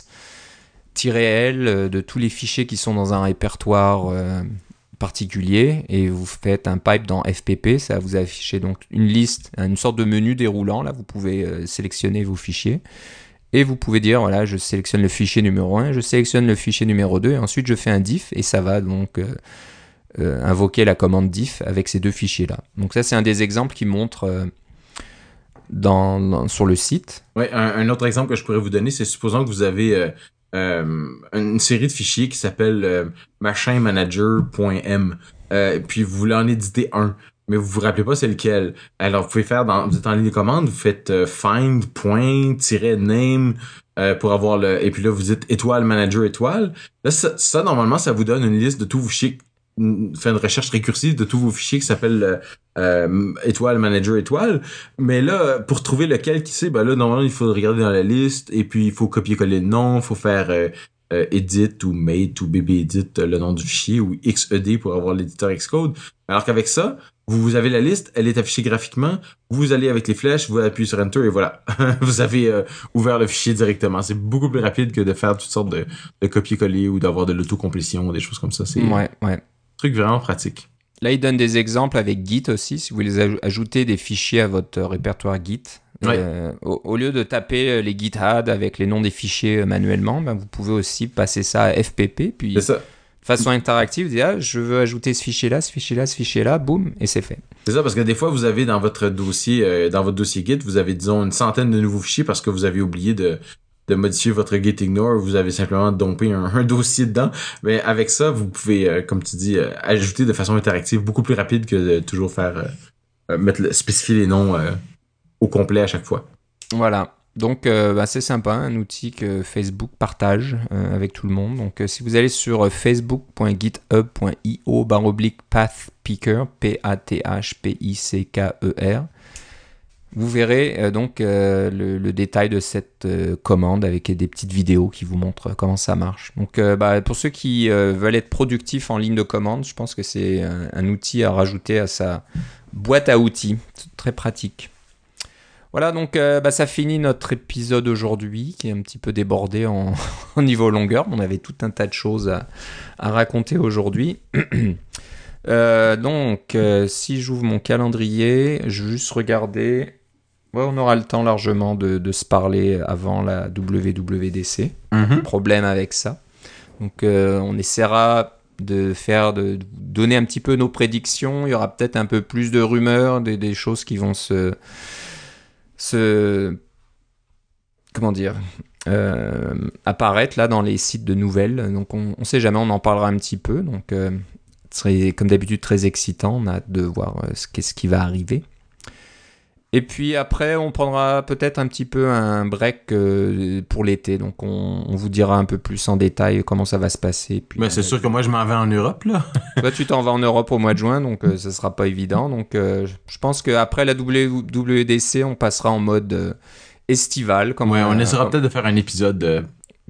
ls-l de tous les fichiers qui sont dans un répertoire euh, particulier, et vous faites un pipe dans F P P, ça va vous afficher donc une liste, une sorte de menu déroulant. Là, vous pouvez euh, sélectionner vos fichiers. Et vous pouvez dire, voilà, je sélectionne le fichier numéro un, je sélectionne le fichier numéro deux, et ensuite je fais un diff, et ça va donc euh, euh, invoquer la commande diff avec ces deux fichiers-là. Donc ça, c'est un des exemples qui montre euh, dans, dans, sur le site. Oui, un, un autre exemple que je pourrais vous donner, c'est supposons que vous avez euh, euh, une série de fichiers qui s'appelle euh, machinmanager.m, euh, puis vous voulez en éditer un. Mais vous vous rappelez pas c'est lequel. Alors vous pouvez faire dans vous êtes en ligne de commande, vous faites euh, find point tiret name euh, pour avoir le et puis là vous dites étoile manager étoile. Là ça, ça normalement ça vous donne une liste de tous vos fichiers, fait une recherche récursive de tous vos fichiers qui s'appelle euh, étoile manager étoile. Mais là pour trouver lequel qui c'est, ben là normalement il faut regarder dans la liste et puis il faut copier-coller le nom, il faut faire euh, euh, edit ou mate ou bb edit euh, le nom du fichier ou xed pour avoir l'éditeur Xcode. Alors qu'avec ça, vous avez la liste, elle est affichée graphiquement, vous allez avec les flèches, vous appuyez sur Enter et voilà. vous avez euh, ouvert le fichier directement. C'est beaucoup plus rapide que de faire toutes sortes de, de copier-coller ou d'avoir de l'autocomplétion ou des choses comme ça. C'est ouais, ouais. un truc vraiment pratique. Là, il donne des exemples avec Git aussi, si vous voulez aj- ajouter des fichiers à votre répertoire Git. Ouais. Euh, au, au lieu de taper les GitHub avec les noms des fichiers manuellement, ben, vous pouvez aussi passer ça à F P P, puis C'est ça. de façon interactive, dire ah, je veux ajouter ce fichier-là, ce fichier-là, ce fichier-là, boum, et c'est fait. C'est ça, parce que des fois, vous avez dans votre dossier, euh, dans votre dossier Git, vous avez, disons, une centaine de nouveaux fichiers parce que vous avez oublié de, de modifier votre Git ignore, vous avez simplement dompé un, un dossier dedans. Mais avec ça, vous pouvez, euh, comme tu dis, euh, ajouter de façon interactive beaucoup plus rapide que de toujours faire, euh, euh, mettre le, spécifier les noms euh, au complet à chaque fois. Voilà. Donc, euh, bah, c'est sympa, un outil que Facebook partage euh, avec tout le monde. Donc, euh, si vous allez sur facebook.github.io barre oblique pathpicker, P A T H P I C K E R, vous verrez euh, donc euh, le, le détail de cette euh, commande avec des petites vidéos qui vous montrent comment ça marche. Donc, euh, bah, pour ceux qui euh, veulent être productifs en ligne de commande, je pense que c'est un, un outil à rajouter à sa boîte à outils. C'est très pratique. Voilà, donc euh, bah, ça finit notre épisode aujourd'hui, qui est un petit peu débordé en, en niveau longueur. On avait tout un tas de choses à, à raconter aujourd'hui. euh, donc, euh, si j'ouvre mon calendrier, je vais juste regarder. Ouais, on aura le temps largement de, de se parler avant la W W D C. Mm-hmm. Problème avec ça. Donc, euh, on essaiera de faire, de, de donner un petit peu nos prédictions. Il y aura peut-être un peu plus de rumeurs, des, des choses qui vont se... se comment dire euh, apparaître là dans les sites de nouvelles, donc on ne sait jamais, on en parlera un petit peu, donc euh, ce serait comme d'habitude très excitant, on a hâte de voir euh, ce, qu'est-ce qui va arriver. Et puis après on prendra peut-être un petit peu un break euh, pour l'été, donc on, on vous dira un peu plus en détail comment ça va se passer. Puis, ben, c'est euh, sûr que moi je m'en vais en Europe là. Toi tu t'en vas en Europe au mois de juin, donc euh, ça sera pas évident, donc euh, je pense qu'après la W W D C on passera en mode euh, estival. Comme ouais, on, on essaiera comme... peut-être de faire un épisode euh,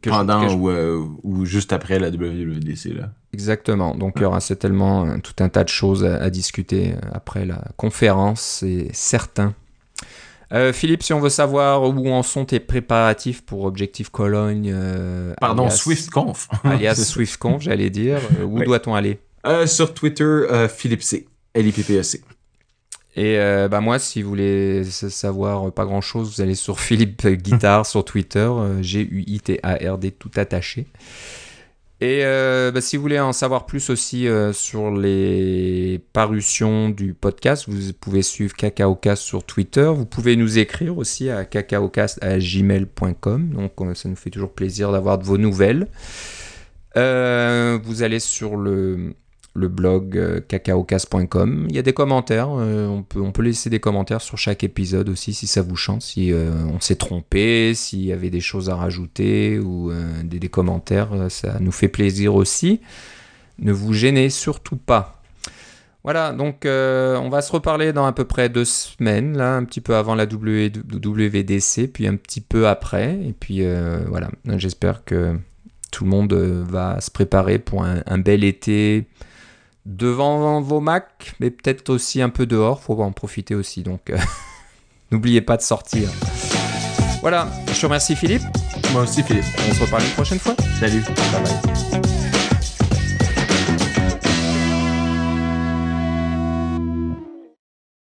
que je- Pendant que je- ou, euh, ou juste après la W W D C, là. Exactement. Donc, il y aura certainement euh, tout un tas de choses à, à discuter euh, après la conférence, c'est certain. Euh, Philippe, si on veut savoir où en sont tes préparatifs pour Objectif Cologne, euh, Pardon, alias, SwiftConf. alias C'est ça. SwiftConf, j'allais dire, euh, où Oui. doit-on aller? Euh, sur Twitter, euh, Philippe C. L I P P E C. Et euh, bah moi, si vous voulez s- savoir pas grand-chose, vous allez sur Philippe Guitard sur Twitter, euh, G U I T A R D tout attaché. Et euh, bah, si vous voulez en savoir plus aussi euh, sur les parutions du podcast, vous pouvez suivre CacaoCast sur Twitter. Vous pouvez nous écrire aussi à cacaocast arobase gmail point com. Donc euh, ça nous fait toujours plaisir d'avoir de vos nouvelles. Euh, vous allez sur le, le blog euh, cacaocast point com. Il y a des commentaires. euh, on, peut, on peut laisser des commentaires sur chaque épisode aussi si ça vous chante, si euh, on s'est trompé, s'il y avait des choses à rajouter ou euh, des, des commentaires. euh, Ça nous fait plaisir aussi. Ne vous gênez surtout pas. Voilà, donc euh, on va se reparler dans à peu près deux semaines, là, un petit peu avant la W W D C, puis un petit peu après. Et puis euh, voilà, j'espère que tout le monde euh, va se préparer pour un, un bel été devant vos Macs, mais peut-être aussi un peu dehors, faut en profiter aussi. Donc euh, n'oubliez pas de sortir. Voilà, je te remercie Philippe. Moi aussi, Philippe. On se reparle une prochaine fois. Salut. Bye bye.